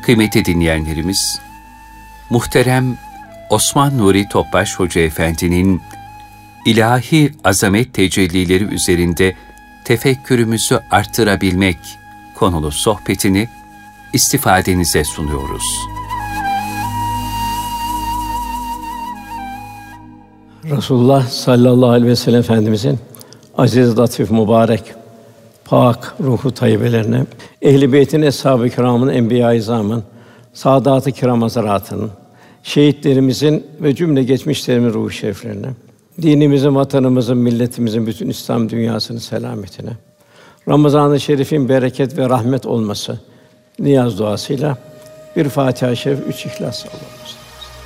Kıymetli dinleyenlerimiz, muhterem Osman Nuri Topbaş Hoca Efendi'nin ilahi azamet tecellileri üzerinde tefekkürümüzü arttırabilmek konulu sohbetini istifadenize sunuyoruz. Resulullah sallallahu aleyhi ve sellem Efendimizin aziz, latif, mübarek, pak ruhu tayyibelerine, ehl-i beytin, eshab-ı kirâmın, enbiya-i izâmın, saadat-ı kirâm hazaratının, şehitlerimizin ve cümle geçmişlerimizin ruhu şeriflerine, dinimizin, vatanımızın, milletimizin, bütün İslam dünyasının selametine, Ramazan-ı Şerif'in bereket ve rahmet olması niyaz duasıyla bir Fatiha-i Şerif, 3 İhlas Allah'ımız.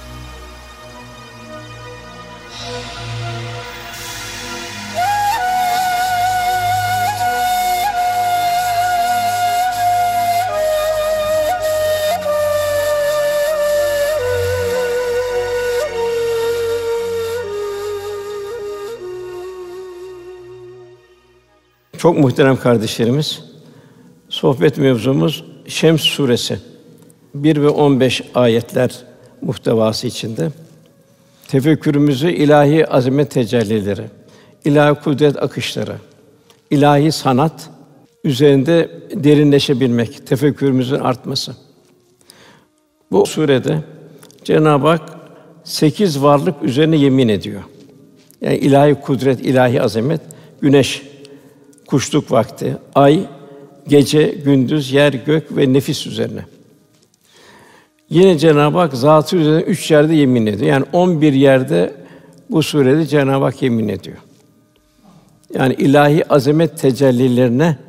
Çok muhterem kardeşlerimiz, sohbet mevzumuz Şems suresi 1 ve 15 ayetler muhtevası içinde. Tefekkürümüzü ilahi azamet tecellileri, ilahi kudret akışları, ilahi sanat üzerinde derinleşebilmek, tefekkürümüzün artması. Bu surede Cenab-ı Hak 8 varlık üzerine yemin ediyor. Yani ilahi kudret, ilahi azamet, güneş, kuşluk vakti, ay, gece, gündüz, yer, gök ve nefis üzerine. Yine Cenab-ı Hak zatı üzerine 3 yerde yemin ediyor. Yani 11 yerde bu surede Cenab-ı Hak yemin ediyor. Yani ilahi azamet tecellilerine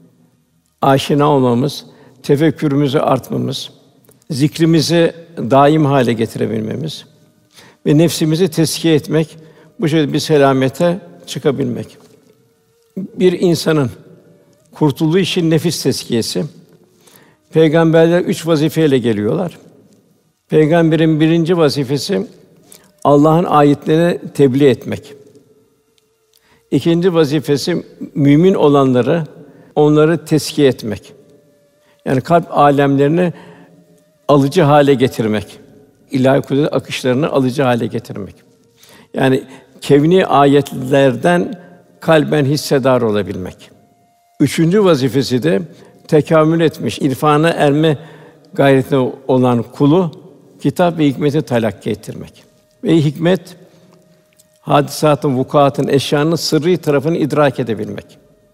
aşina olmamız, tefekkürümüzü artmamız, zikrimizi daim hale getirebilmemiz ve nefsimizi tezkiye etmek, bu şekilde bir selamete çıkabilmek. Bir insanın kurtulduğu için nefis tezkiyesi. Peygamberler 3 vazifeyle geliyorlar. Peygamberin birinci vazifesi Allah'ın ayetlerini tebliğ etmek. İkinci vazifesi mümin olanları, onları tezkiye etmek. Yani kalp âlemlerini alıcı hale getirmek. İlahi kudret akışlarını alıcı hale getirmek. Yani kevni ayetlerden kalben hissedar olabilmek. Üçüncü vazifesi de tekâmül etmiş, irfana erme gayretinde olan kulu kitap ve hikmeti telakki ettirmek. Ve hikmet hadisatın, vukuatın, eşyanın sırrı tarafını idrak edebilmek.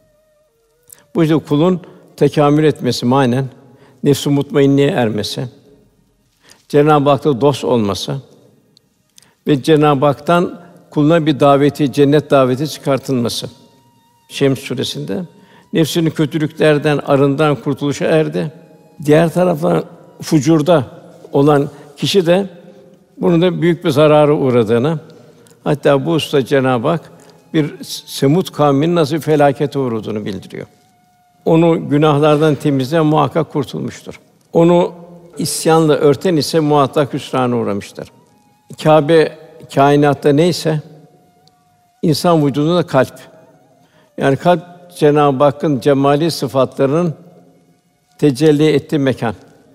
Bu yüzden kulun tekâmül etmesi manen nefs-i mutmainneye ermesi, Cenab-ı Hak'ta dost olması ve Cenab-ı Hak'tan kuluna bir daveti, cennet daveti çıkartılması. Şems suresinde nefsinin kötülüklerden, arından kurtuluşa erdi. Diğer taraftan fucurda olan kişi de bunun da büyük bir zarara uğradığını, hatta bu hususta Cenab-ı Hak bir Semud kavminin nasıl bir felakete uğradığını bildiriyor. Onu günahlardan temizleyen muhakkak kurtulmuştur. Onu isyanla örten ise muhakkak hüsrana uğramıştır. Kâbe kainatta neyse insan vücudunda kalp. Yani kalp Cenab-ı Hakk'ın cemali sıfatlarının tecelli ettiği mekan.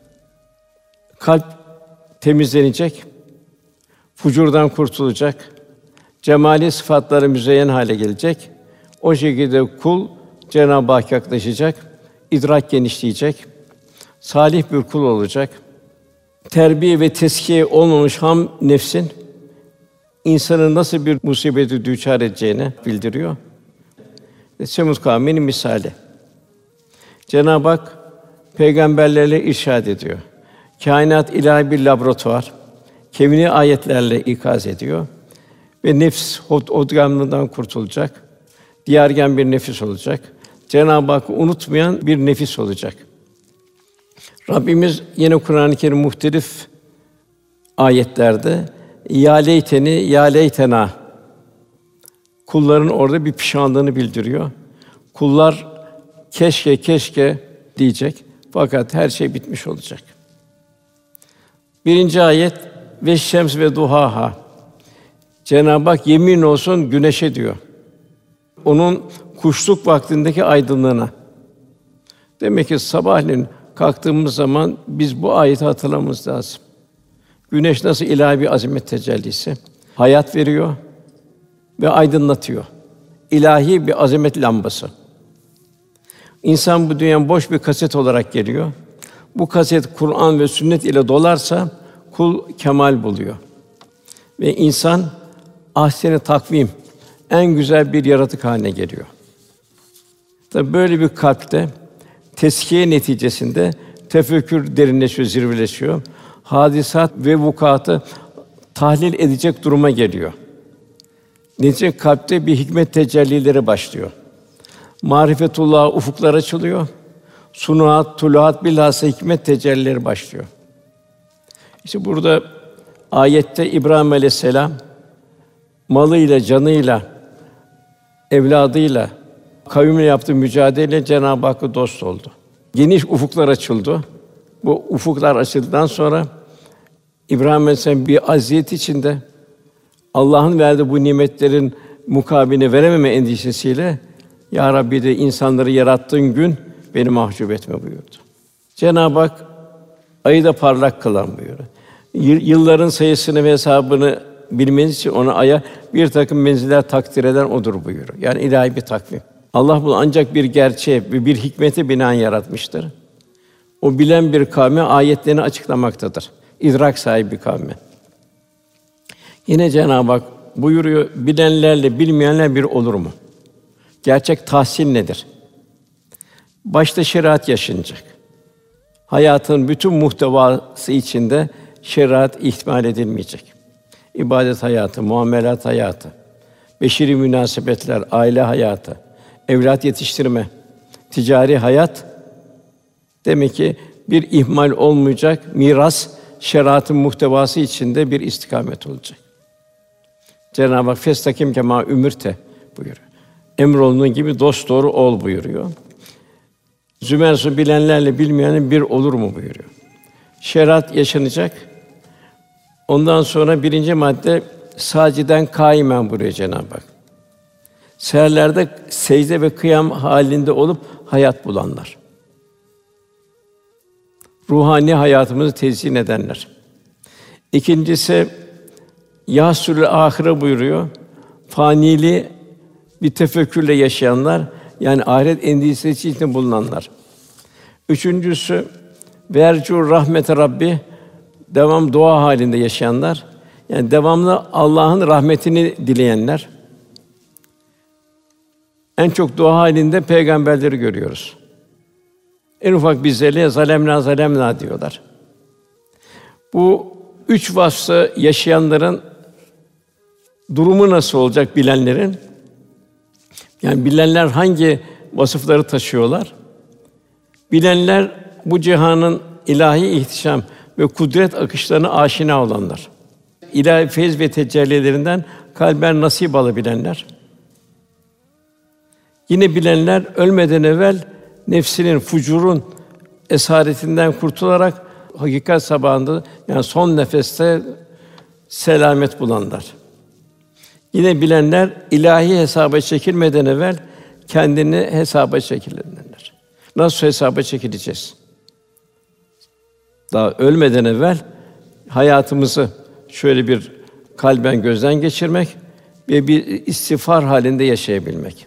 Kalp temizlenecek, fucurdan kurtulacak, cemali sıfatlara müzeyyen hale gelecek. O şekilde kul Cenab-ı Hakk'a yaklaşacak, idrak genişleyecek, salih bir kul olacak. Terbiye ve teskiye olmamış ham nefsin insanın nasıl bir musibete düçar edeceğini bildiriyor. Semud kavminin misali. Cenab-ı Hak peygamberlerle irşad ediyor. Kainat ilahi bir laboratuvar. Kevni ayetlerle ikaz ediyor ve nefs odgamlığından kurtulacak. Diyargen bir nefis olacak. Cenab-ı Hakk'ı unutmayan bir nefis olacak. Rabbimiz yine Kur'an-ı Kerim muhtelif ayetlerde ya leyteni ya leytena, kulların orada bir pişmanlığını bildiriyor. Kullar keşke keşke diyecek fakat her şey bitmiş olacak. Birinci ayet ve şems ve duhaha. Cenab-ı Hak yemin olsun güneşe diyor. Onun kuşluk vaktindeki aydınlığına. Demek ki sabahleyin kalktığımız zaman biz bu ayeti hatırlamamız lazım. Güneş nasıl ilahi bir azamet tecellisi, hayat veriyor ve aydınlatıyor. İlahi bir azamet lambası. İnsan bu dünyaya boş bir kaset olarak geliyor. Bu kaset Kur'an ve sünnet ile dolarsa kul kemal buluyor. Ve insan ahsen-i takvim, en güzel bir yaratık haline geliyor. Tabii böyle bir kalpte tezkiye neticesinde tefekkür derinleşiyor, zirveleşiyor. Hadisat ve vukuatı tahlil edecek duruma geliyor. Neticede kalpte bir hikmet tecellileri başlıyor. Marifetullah ufuklar açılıyor. Sunuat, tuluat bilhassa hikmet tecellileri başlıyor. İşte burada ayette İbrahim Aleyhisselam malıyla, canıyla, evladıyla, kavmiyle yaptığı mücadeleyle Cenab-ı Hakk'a dost oldu. Geniş ufuklar açıldı. Bu ufuklar açıldıktan sonra İbrahim Aleyhisselam bir aziyet içinde Allah'ın verdiği bu nimetlerin mukabiline verememe endişesiyle Ya Rabbi de insanları yarattığın gün beni mahcup etme buyurdu. Cenab-ı Hak ayı da parlak kılan buyuruyor. Yılların sayısını ve hesabını bilmeniz için ona aya bir takım menziller takdir eden odur buyuruyor. Yani ilahi bir takvim. Allah bunu ancak bir gerçeğe ve bir hikmete binaen yaratmıştır. O bilen bir kavme ayetlerini açıklamaktadır. İdrak sahibi bir kavme. Yine Cenab-ı Hak buyuruyor, bilenlerle bilmeyenler bir olur mu? Gerçek tahsil nedir? Başta şeriat yaşanacak. Hayatın bütün muhtevası içinde şeriat ihmal edilmeyecek. İbadet hayatı, muamelat hayatı, beşeri münasebetler, aile hayatı, evlat yetiştirme, ticari hayat demek ki bir ihmal olmayacak, miras şeriatın muhtevası içinde bir istikamet olacak. Cenab-ı Hak "Festakim kemâ ümürte" buyuruyor. Emrolunduğun gibi dosdoğru ol buyuruyor. Zümer Sûresi bilenlerle bilmeyenin bir olur mu buyuruyor. Şeriat yaşanacak. Ondan sonra birinci madde sâciden kâimen buyuruyor Cenab-ı Hak. Seherlerde secde ve kıyam halinde olup hayat bulanlar. Ruhani hayatımızı tezyin edenler. İkincisi yâsûl âhire buyuruyor. Faniliği bir tefekkürle yaşayanlar, yani ahiret endişesi içinde bulunanlar. Üçüncüsü vercû rahmete Rabbi, devam dua halinde yaşayanlar, yani devamlı Allah'ın rahmetini dileyenler. En çok dua halinde peygamberleri görüyoruz. En ufak bir zelle zalemna diyorlar. Bu üç vasfı yaşayanların durumu nasıl olacak bilenlerin? Yani bilenler hangi vasıfları taşıyorlar? Bilenler bu cihanın ilahi ihtişam ve kudret akışlarına aşina olanlar. İlahi feyz ve tecellilerinden kalben nasip alabilenler. Yine bilenler ölmeden evvel nefsinin, fucurun esaretinden kurtularak hakikat sabahında, yani son nefeste selamet bulanlar. Yine bilenler ilahi hesaba çekilmeden evvel kendini hesaba çekilenler. Nasıl hesaba çekileceğiz? Daha ölmeden evvel hayatımızı şöyle bir kalben gözden geçirmek ve bir istiğfar halinde yaşayabilmek.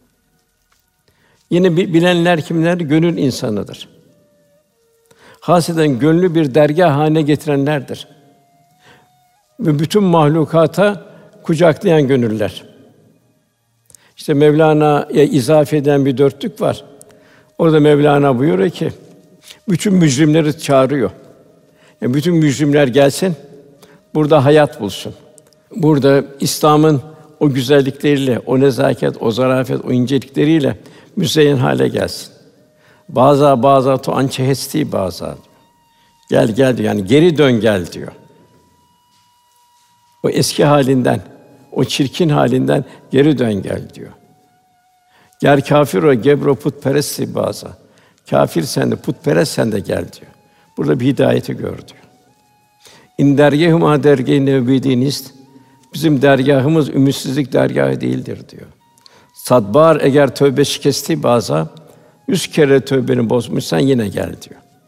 Yine bilenler kimler? Gönül insanıdır. Hasreten gönlü bir dergâh haline getirenlerdir. Ve bütün mahlukata kucaklayan gönüller. İşte Mevlana'ya izafe eden bir dörtlük var. Orada Mevlana buyuruyor ki, bütün mücrimleri çağırıyor. Yani bütün mücrimler gelsin, burada hayat bulsun. Burada İslam'ın o güzellikleriyle, o nezaket, o zarafet, o incelikleriyle müzeyyen hale gelsin. Bazı tu ançe hesti bazı. Gel diyor. Yani geri dön gel diyor. O eski halinden, o çirkin halinden geri dön gel diyor. Ger kâfir o gebro putperesti bazı. Kâfir sen de, putperest sen de gel diyor. Burada bir hidayeti gör diyor. İn dergâhuma dergâh-i nebidînist. Bizim dergâhımız ümitsizlik dergâhı değildir diyor. Sadbar eğer tövbe şikesti bazı, 100 kere tövbeni bozmuşsan yine gel diyor.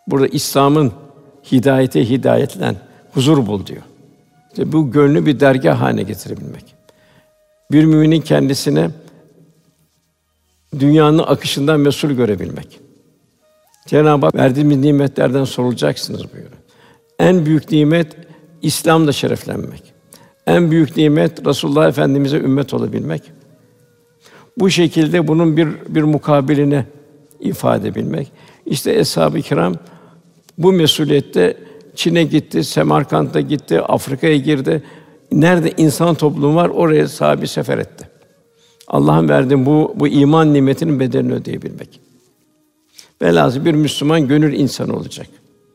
Burada İslam'ın hidayete hidayetlen, huzur bul diyor. İşte bu gönlü bir dergâh haline getirebilmek. Bir müminin kendisine dünyanın akışından mesul görebilmek. Cenab-ı Hak verdiğimiz nimetlerden sorulacaksınız buyuruyor. En büyük nimet İslam'la şereflenmek. En büyük nimet Resulullah Efendimize ümmet olabilmek. Bu şekilde bunun bir mukabiline ifade edebilmek. İşte Eshab-ı Kiram bu mesuliyette Çin'e gitti, Semerkant'a gitti, Afrika'ya girdi. Nerede insan toplumu var oraya sahibi sefer etti. Allah'ın verdiği bu iman nimetinin bedelini ödeyebilmek. Velhâsıl bir Müslüman gönül insanı olacak.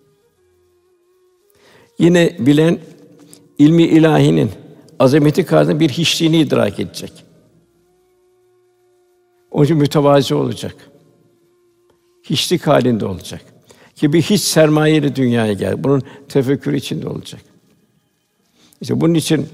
Yine bilen ilmi ilahinin azameti karşısında bir hiçliğini idrak edecek. Onun için mütevazı olacak. Hiçlik halinde olacak. Ki bir hiç sermayeyle dünyaya gel. Bunun tefekkürü içinde olacak. İşte bunun için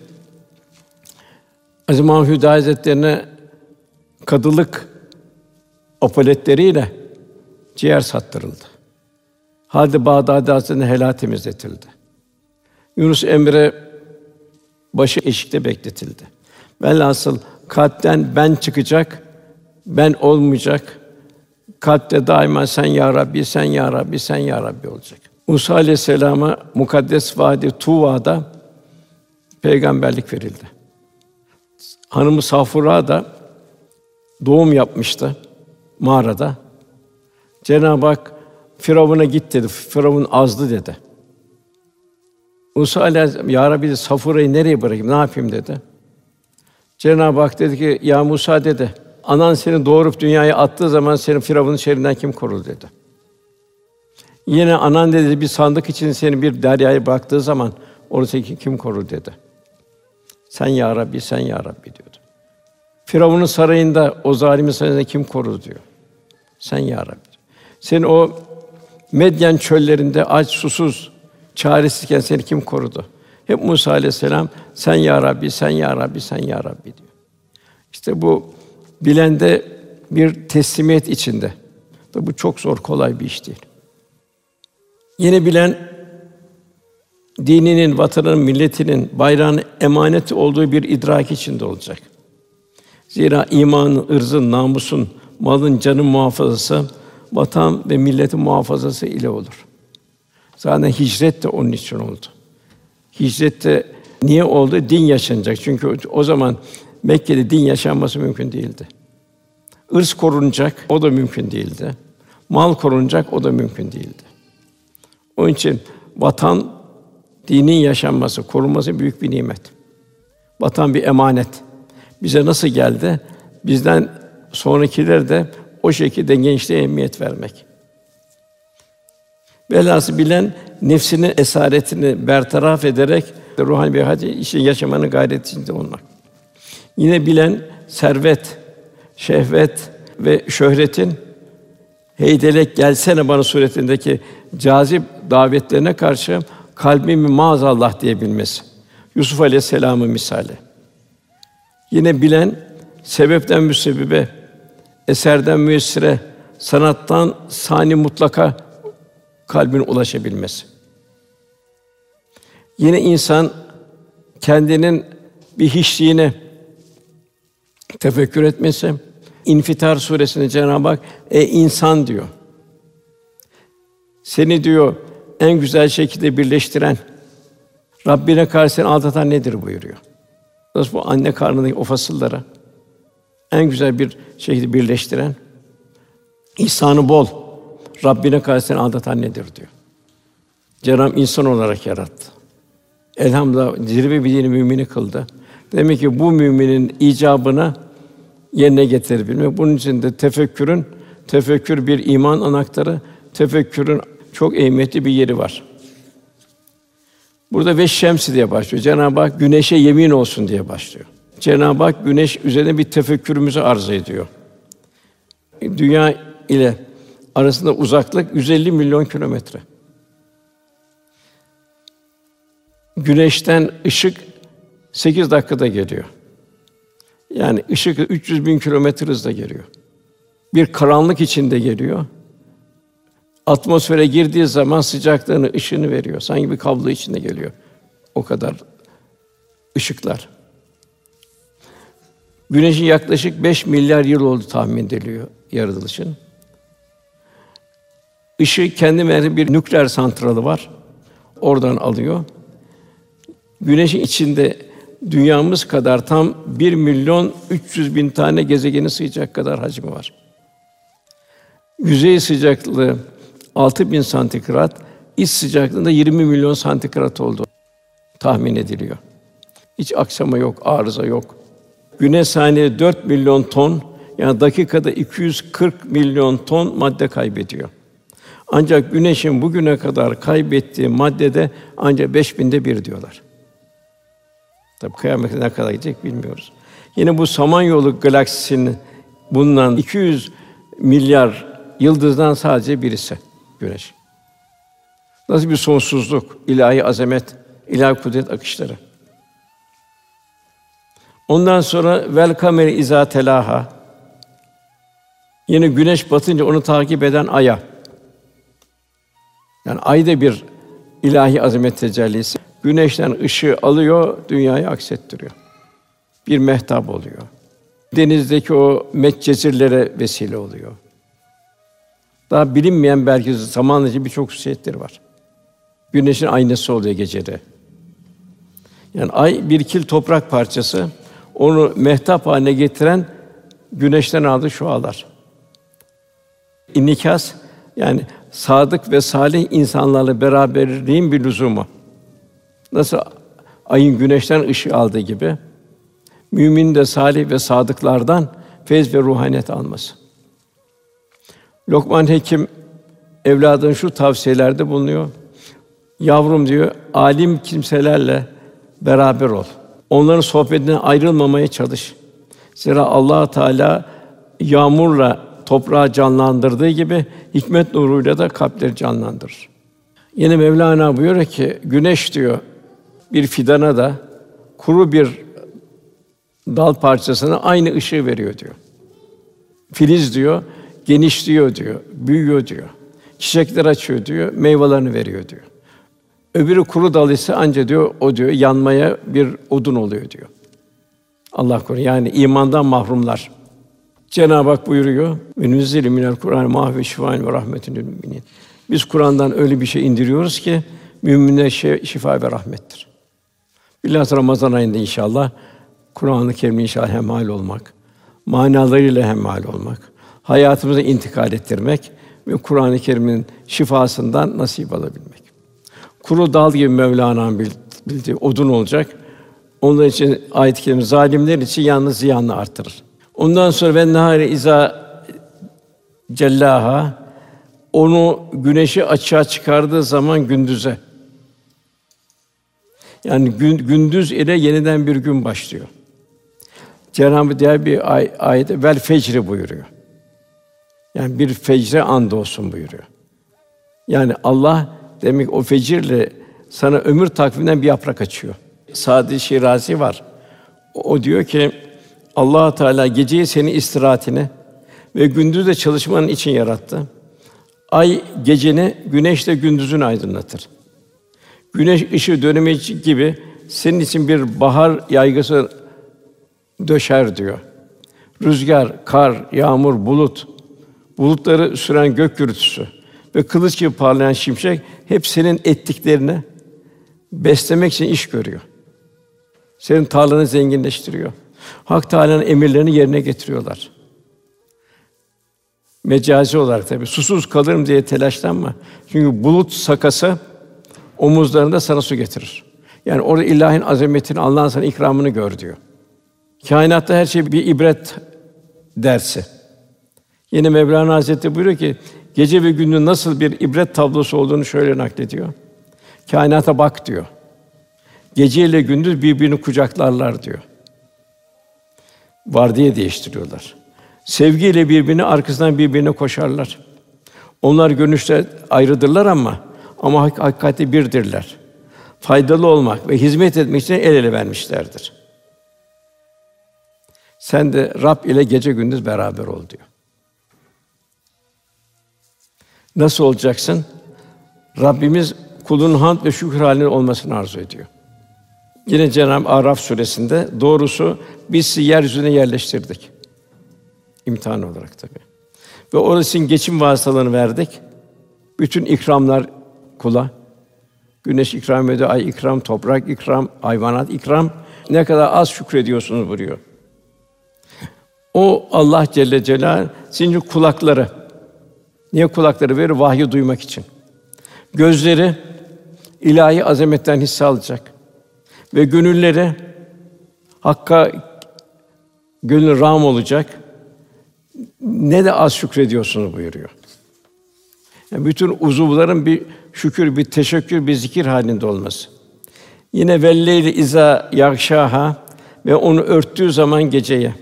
Aziz Mahmud Hüdayi Hazretlerine kadılık apoletleriyle ciğer sattırıldı. Halid-i Bağdadi Hazretleri'ne helal temizletildi. Yunus Emre başı eşikte bekletildi. Velhasıl kalpten ben çıkacak, ben olmayacak. Kalpte daima sen ya Rabbi, sen ya Rabbi, sen ya Rabbi olacak. Musa Aleyhisselam'a mukaddes vadi Tuva'da peygamberlik verildi. Hanımı Safura da doğum yapmıştı mağarada. Cenab-ı Hak Firavun'a git dedi. Firavun azdı dedi. Musa Aleyhisselam ya Rabbi dedi, Safura'yı nereye bırakayım? Ne yapayım dedi. Cenab-ı Hak dedi ki ya Musa dedi. Anan seni doğurup dünyaya attığı zaman seni Firavun'un şerrinden kim korur dedi. Yine anan dedi bir sandık için seni bir deryaya bıraktığı zaman orası kim korur dedi. Sen ya Rabbi, sen ya Rabbi diyordu. Firavun'un sarayında o zalimin sarayında kim korur diyor. Sen ya Rabbi. Seni o Medyen çöllerinde aç, susuz, çaresizken seni kim korudu? Hep Musa Aleyhisselam sen ya Rabbi, sen ya Rabbi, sen ya Rabbi diyor. İşte bu bilende bir teslimiyet içinde. Tabi bu çok zor, kolay bir iş değil. Yine bilen dininin, vatanının, milletinin, bayrağının emaneti olduğu bir idrak içinde olacak. Zira imanın, ırzın, namusun, malın, canın muhafazası vatan ve milletin muhafazası ile olur. Zaten hicret de onun için oldu. Hicret de niye oldu? Din yaşanacak. Çünkü o zaman Mekke'de din yaşanması mümkün değildi. Irz korunacak, o da mümkün değildi. Mal korunacak, o da mümkün değildi. Onun için vatan, dinin yaşanması, korunması büyük bir nimet. Vatan bir emanet. Bize nasıl geldi? Bizden sonrakiler de o şekilde gençliğe ehemmiyet vermek. Velhâsıl bilen nefsinin esaretini bertaraf ederek ruhani bir hayat işi yaşamanın gayretinde olmak. Yine bilen servet, şehvet ve şöhretin heydelek gelsene bana suretindeki cazip davetlerine karşı kalbimi maazallah diyebilmesi. Yusuf Aleyhisselam'ın misali. Yine bilen sebepten müsebbibe, eserden müessire, sanattan sani mutlaka kalbine ulaşabilmesi. Yine insan kendinin bir hiçliğine tefekkür etmesi. İnfitar suresinde Cenab-ı Hak insan diyor. Seni diyor en güzel şekilde birleştiren, Rabbine karşı seni aldatan nedir buyuruyor. Nasıl bu anne karnındaki o fasılları en güzel bir şekilde birleştiren, ihsanı bol, Rabbine karşı seni aldatan nedir diyor. Cenab-ı insan olarak yarattı. Elhamdülillah zirve bir dini mümini kıldı. Demek ki bu müminin icabını yerine getirebilmek. Bunun için de tefekkür bir iman anahtarı, tefekkürün çok ehemmiyetli bir yeri var. Burada ve şemsi diye başlıyor. Cenab-ı Hak güneşe yemin olsun diye başlıyor. Cenab-ı Hak güneş üzerine bir tefekkürümüzü arz ediyor. Dünya ile arasında uzaklık 150 milyon kilometre. Güneşten ışık 8 dakikada geliyor. Yani ışık 300.000 kilometre hızla geliyor. Bir karanlık içinde geliyor. Atmosfere girdiği zaman sıcaklığını, ışığını veriyor. Sanki bir kablo içinde geliyor. O kadar ışıklar. Güneşin yaklaşık 5 milyar yıl oldu tahmin ediliyor yaratılışın. Işığı kendi merkezi bir nükleer santralı var. Oradan alıyor. Güneşin içinde dünyamız kadar tam 1.300.000 tane gezegeni sığacak kadar hacmi var. Yüzey sıcaklığı 6.000 santigrat, iç sıcaklığında 20 milyon santigrat olduğu tahmin ediliyor. Hiç aksama yok, arıza yok. Güneş saniyede 4 milyon ton, yani dakikada 240 milyon ton madde kaybediyor. Ancak Güneş'in bugüne kadar kaybettiği maddede ancak 5.000'de 1 diyorlar. Tabii kıyamete ne kadar gidecek bilmiyoruz. Yine bu Samanyolu galaksisinin bulunan 200 milyar yıldızdan sadece birisi Güneş. Nasıl bir sonsuzluk, ilahi azamet, ilahi kudret akışları. Ondan sonra vel kameri izâ telâhâ. Yine güneş batınca onu takip eden aya. Yani ay da bir ilahi azamet tecellisi. Güneşten ışığı alıyor, dünyayı aksettiriyor. Bir mehtap oluyor. Denizdeki o medcezirlere vesile oluyor. Daha bilinmeyen belki zamanlıca birçok hususiyetleri var. Güneşin aynası oluyor gecede. Yani ay bir kil toprak parçası. Onu mehtap haline getiren güneşten aldığı şualar. İnikas yani sadık ve salih insanlarla beraberliğin bir lüzumu. Nasıl ayın güneşten ışığı aldığı gibi mümin de salih ve sadıklardan feyz ve ruhaniyet alması. Lokman Hekim evladına şu tavsiyelerde bulunuyor. Yavrum diyor, alim kimselerle beraber ol. Onların sohbetinden ayrılmamaya çalış. Zira Allah Teala yağmurla toprağı canlandırdığı gibi hikmet nuruyla da kalpleri canlandırır. Yine Mevlana buyuruyor ki güneş diyor bir fidana da kuru bir dal parçasına aynı ışığı veriyor diyor. Filiz diyor genişliyor diyor, büyüyor diyor. Çiçekler açıyor diyor, meyvelerini veriyor diyor. Öbürü kuru dal ise anca diyor o diyor yanmaya bir odun oluyor diyor. Allah korusun. Yani imandan mahrumlar. Cenab-ı Hak buyuruyor: "Ve nüzzile minel Kur'an mâ huve şifâun ve rahmetun lil müminin." Biz Kur'an'dan öyle bir şey indiriyoruz ki müminlere şifa ve rahmettir. Bilhassa Ramazan ayında inşallah Kur'an-ı Kerim'le inşallah hemhâl olmak, manalarıyla hemhâl olmak, hayatımıza intikal ettirmek ve Kur'an-ı Kerim'in şifasından nasip alabilmek. Kuru dal gibi Mevlana'nın bildiği odun olacak. Onun için ayet-i kerime zalimler için yalnız ziyanını artırır. Ondan sonra ve nâhâre izâ cellâhâ, onu güneşi açığa çıkardığı zaman gündüze. Yani gündüz ile yeniden bir gün başlıyor. Cenab-ı diğer bir ayette vel fecri buyuruyor. Yani bir fecre andolsun buyuruyor. Yani Allah demek o fecirle sana ömür takviminden bir yaprak açıyor. Sâd-ı Şirazi var. O diyor ki Allah Teala geceyi senin istirahatine ve gündüz de çalışmanın için yarattı. Ay geceni, güneş de gündüzünü aydınlatır. Güneş ışığı dönemeci gibi senin için bir bahar yaygısı döşer diyor. Rüzgar, kar, yağmur, bulutları süren gök gürültüsü ve kılıç gibi parlayan şimşek hep senin ettiklerini beslemek için iş görüyor. Senin tarlanı zenginleştiriyor. Hak Teâlâ'nın emirlerini yerine getiriyorlar. Mecazi olarak tabii susuz kalırım diye telaşlanma. Çünkü bulut sakası omuzlarında sana su getirir. Yani orada ilahîn azametini, Allah'ın sana ikramını gör diyor. Kainatta her şey bir ibret dersi. Yine Mevlana Hazretleri buyuruyor ki gece ve gündüzün nasıl bir ibret tablosu olduğunu şöyle naklediyor. Kainata bak diyor. Gece ile gündüz birbirini kucaklarlar diyor. Vardiya değiştiriyorlar. Sevgiyle birbirini arkasından birbirine koşarlar. Onlar görünüşte ayrıdırlar ama hakikati birdirler. Faydalı olmak ve hizmet etmek için el ele vermişlerdir. Sen de Rab ile gece gündüz beraber ol diyor. Nasıl olacaksın? Rabbimiz kulun hamd ve şükür halinde olmasını arzu ediyor. Yine Cenab-ı Araf suresinde doğrusu biz sizi yeryüzüne yerleştirdik. İmtihan olarak tabii. Ve orası için geçim vasıtalarını verdik. Bütün ikramlar kula. Güneş ikram ediyor, ay ikram, toprak ikram, hayvanat ikram. Ne kadar az şükrediyorsunuz buyuruyor. O Allah Celle Celaluhu sizin kulakları. Niye kulakları verir? Vahyi duymak için. Gözleri ilahi azametten hisse alacak ve gönülleri Hakk'a gönül rağm olacak. Ne de az şükrediyorsunuz buyuruyor. Yani bütün uzuvların bir şükür, bir teşekkür, bir zikir halinde olması. Yine velleyli izâ yagşâhâ ve onu örttüğü zaman geceye.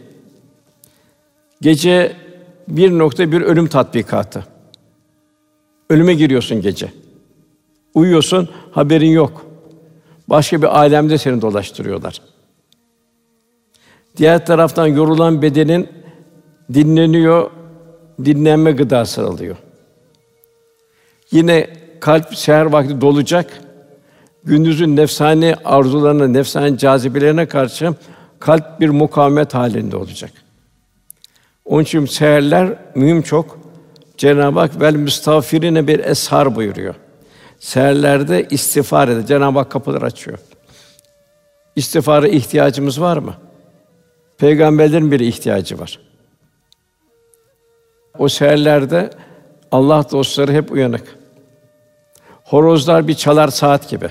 Gece bir ölüm tatbikatı. Ölüme giriyorsun gece. Uyuyorsun, haberin yok. Başka bir âlemde seni dolaştırıyorlar. Diğer taraftan yorulan bedenin dinleniyor, dinlenme gıdası alıyor. Yine kalp seher vakti dolacak. Gündüzün nefsani arzularına, nefsani cazibelerine karşı kalp bir mukavemet halinde olacak. Onun için seherler mühim çok. Cenab-ı Hak vel müstağfirine bir eshar buyuruyor. Seherlerde istiğfar eder. Cenab-ı Hak kapıları açıyor. İstiğfara ihtiyacımız var mı? Peygamberlerin bile ihtiyacı var. O seherlerde Allah dostları hep uyanık. Horozlar bir çalar saat gibi.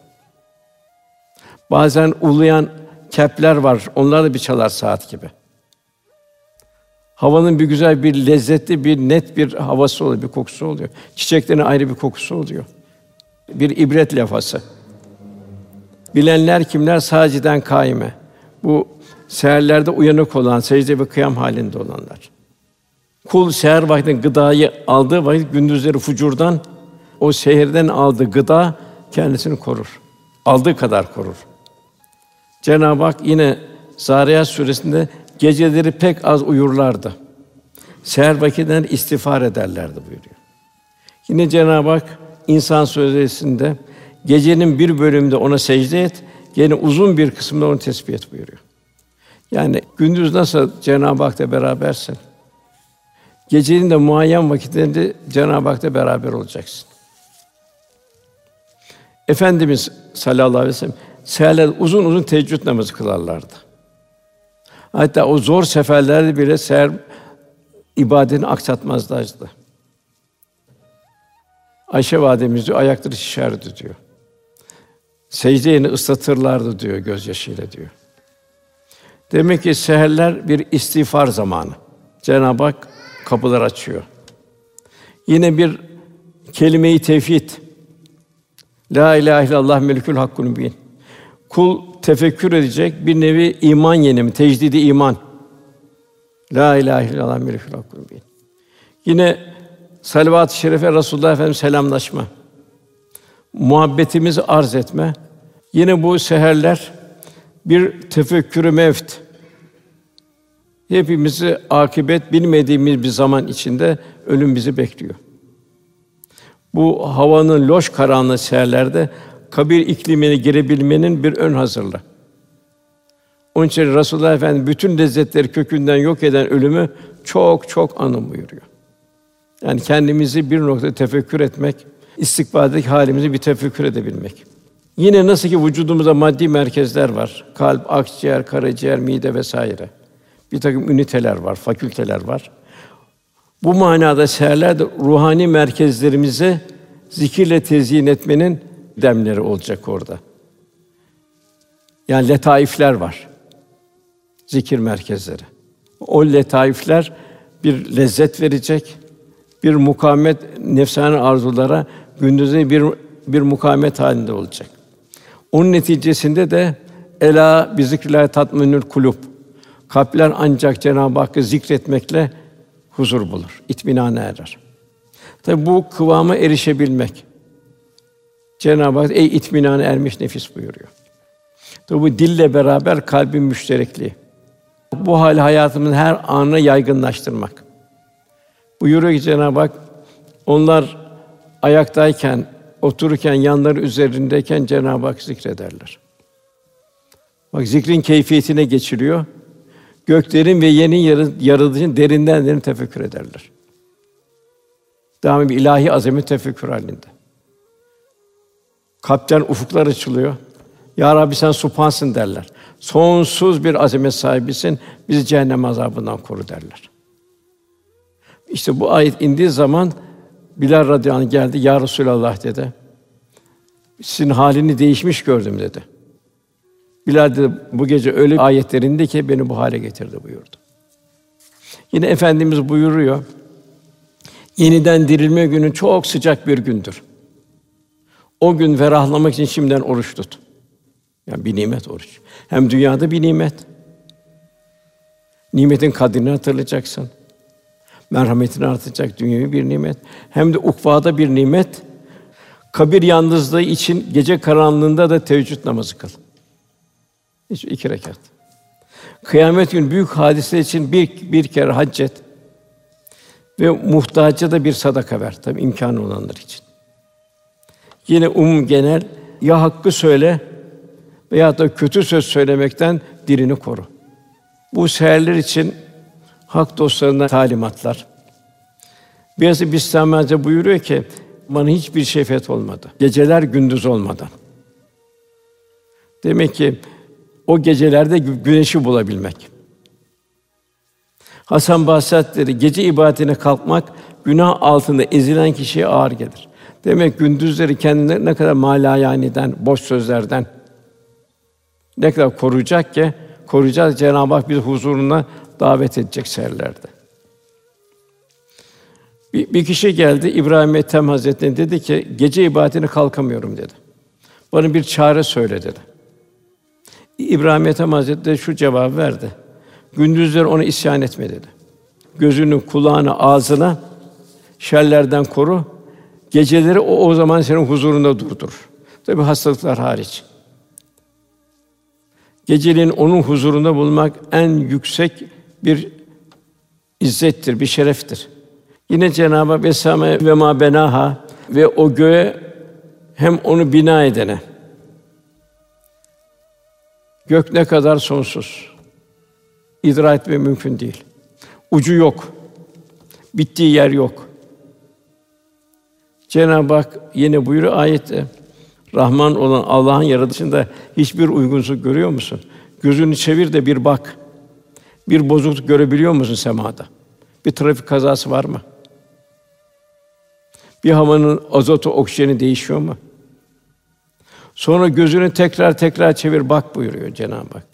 Bazen uluyan kepler var, onlar da bir çalar saat gibi. Havanın bir güzel, bir lezzetli, bir net bir havası oluyor, bir kokusu oluyor. Çiçeklerin ayrı bir kokusu oluyor. Bir ibret levhası. Bilenler kimler? Sâciden kâime. Bu seherlerde uyanık olan, secde ve kıyam halinde olanlar. Kul seher vaktinde gıdayı aldığı vakit gündüzleri fucurdan, o seherden aldığı gıda kendisini korur. Aldığı kadar korur. Cenab-ı Hak yine Zariyat suresinde geceleri pek az uyurlardı. Seher vakitinden istiğfar ederlerdi buyuruyor. Yine Cenab-ı Hak İnsan suresinde gecenin bir bölümünde ona secde et, gene uzun bir kısmında onu tesbih et buyuruyor. Yani gündüz nasıl Cenab-ı Hak'la berabersin, gecenin de muayyen vakitlerinde Cenab-ı Hak'la beraber olacaksın. Efendimiz sallallahu aleyhi ve sellem seherler uzun uzun teheccüd namazı kılarlardı. Hatta o zor seferlerde bile seher ibadetini aksatmazlardı. Ayşe validemiz diyor, ayakları şişerdi diyor. Secde yerini ıslatırlardı diyor gözyaşıyla diyor. Demek ki seherler bir istiğfar zamanı. Cenab-ı Hak kapılar açıyor. Yine bir kelime-i tevhid. La ilahe illallah melikül hakkun mübin. Kul tefekkür edecek, bir nevi iman yenimi, tecdidi iman. La ilahe illallah melikül hakkun mübin. Yine salavat-ı şerife Resulullah Efendimiz selamlaşma. Muhabbetimizi arz etme. Yine bu seherler bir tefekkür-ü mevt. Hepimizi akıbet bilmediğimiz bir zaman içinde ölüm bizi bekliyor. Bu havanın loş karanlığı seherlerde kabir iklimine girebilmenin bir ön hazırlığı. Onun için Resulullah Efendimiz bütün lezzetleri kökünden yok eden ölümü çok çok anın buyuruyor. Yani kendimizi bir noktada tefekkür etmek, istikbaldeki halimizi bir tefekkür edebilmek. Yine nasıl ki vücudumuzda maddi merkezler var. Kalp, akciğer, karaciğer, mide vesaire. Bir takım üniteler var, fakülteler var. Bu manada seherler de ruhani merkezlerimizi zikirle tezyin etmenin demleri olacak orada. Yani letaifler var. Zikir merkezleri. O letaifler bir lezzet verecek, bir mukavemet nefsani arzulara gündüzde bir mukavemet halinde olacak. Onun neticesinde de ela bi zikrillah tatminül kulub. Kalpler ancak Cenab-ı Hakk'ı zikretmekle huzur bulur, itminana erer. Tabi bu kıvama erişebilmek. Cenab-ı Hak ey itminana ermiş nefis buyuruyor. Tabi bu dille beraber kalbin müşterekliği. Bu hali hayatımızın her anına yaygınlaştırmak. Buyuruyor ki Cenab-ı Hak Onlar ayaktayken, otururken, yanları üzerindeyken Cenab-ı Hak zikrederler. Bak zikrin keyfiyetine geçiriyor. Göklerin ve yerin yaratılışını derinden derin tefekkür ederler. Devamlı bir ilahi azamet tefekkür halinde. Kalpten ufuklar açılıyor. Ya Rabbi sen Subhansın derler. Sonsuz bir azamet sahibisin. Bizi cehennem azabından koru derler. İşte bu ayet indiği zaman Bilal radıyallahu anh geldi. Ya Resulallah dedi. Sizin halini değişmiş gördüm dedi. Bilal dedi, bu gece öyle ayetler indi ki beni bu hale getirdi buyurdu. Yine Efendimiz buyuruyor. Yeniden dirilme günü çok sıcak bir gündür. O gün ferahlamak için şimdiden oruç tut. Yani bir nimet oruç. Hem dünyada bir nimet. Nimetin kadrini hatırlayacaksın. Merhametini artacak dünyevi bir nimet. Hem de ukvada bir nimet. Kabir yalnızlığı için gece karanlığında da teheccüd namazı kıl. 2 rekat. Kıyamet günü büyük hadise için bir kere hac et. Ve muhtaca da bir sadaka ver. Tabii imkânı olanlar için. Yine genel ya hakkı söyle veya da kötü söz söylemekten dilini koru. Bu seherler için hak dostlarına talimatlar. Birisi Bistami Hazretleri buyuruyor ki bana hiçbir şey feth olmadı. Geceler gündüz olmadan. Demek ki o gecelerde güneşi bulabilmek. Hasan Basri Hazretleri gece ibadetine kalkmak günah altında ezilen kişiye ağır gelir. Demek gündüzleri kendini ne kadar malayaniden, boş sözlerden ne kadar koruyacağız. Cenab-ı Hak bizi huzuruna davet edecek seherlerde. Bir kişi geldi İbrahim Ethem Hazretleri'ne dedi ki gece ibadetine kalkamıyorum dedi. Bana bir çare söyle dedi. İbrahim Ethem Hazretleri şu cevabı verdi. Gündüzleri ona isyan etme dedi. Gözünü, kulağını, ağzını şerlerden koru. Geceleri o zaman senin huzurunda durdur. Tabii hastalıklar hariç. Geceleyin onun huzurunda bulmak en yüksek bir izzettir, bir şereftir. Yine Cenab-ı Hak "Vesame ve ma benaha" ve o göğe hem onu bina edene. Gök ne kadar sonsuz. İdrak etmek mümkün değil. Ucu yok. Bittiği yer yok. Cenab-ı Hak yine buyuruyor ayette. Rahman olan Allah'ın yaratışında hiçbir uygunsuzluk görüyor musun? Gözünü çevir de bir bak. Bir bozukluk görebiliyor musun semada? Bir trafik kazası var mı? Bir havanın azotu, oksijeni değişiyor mu? Sonra gözünü tekrar çevir bak buyuruyor Cenab-ı Hak.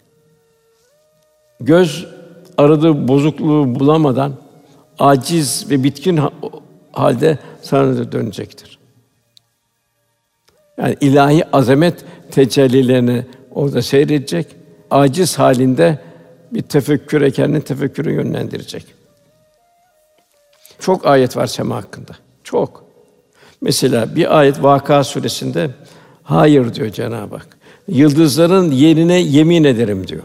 Göz aradığı bozukluğu bulamadan aciz ve bitkin halde sana da dönecektir. Yani ilahi azamet tecellilerini orada seyredecek. Aciz halinde bir tefekküre, kendini tefekküre yönlendirecek. Çok ayet var sema hakkında. Çok. Mesela bir ayet Vakıa Suresi'nde hayır diyor Cenab-ı Hak. Yıldızların yerine yemin ederim diyor.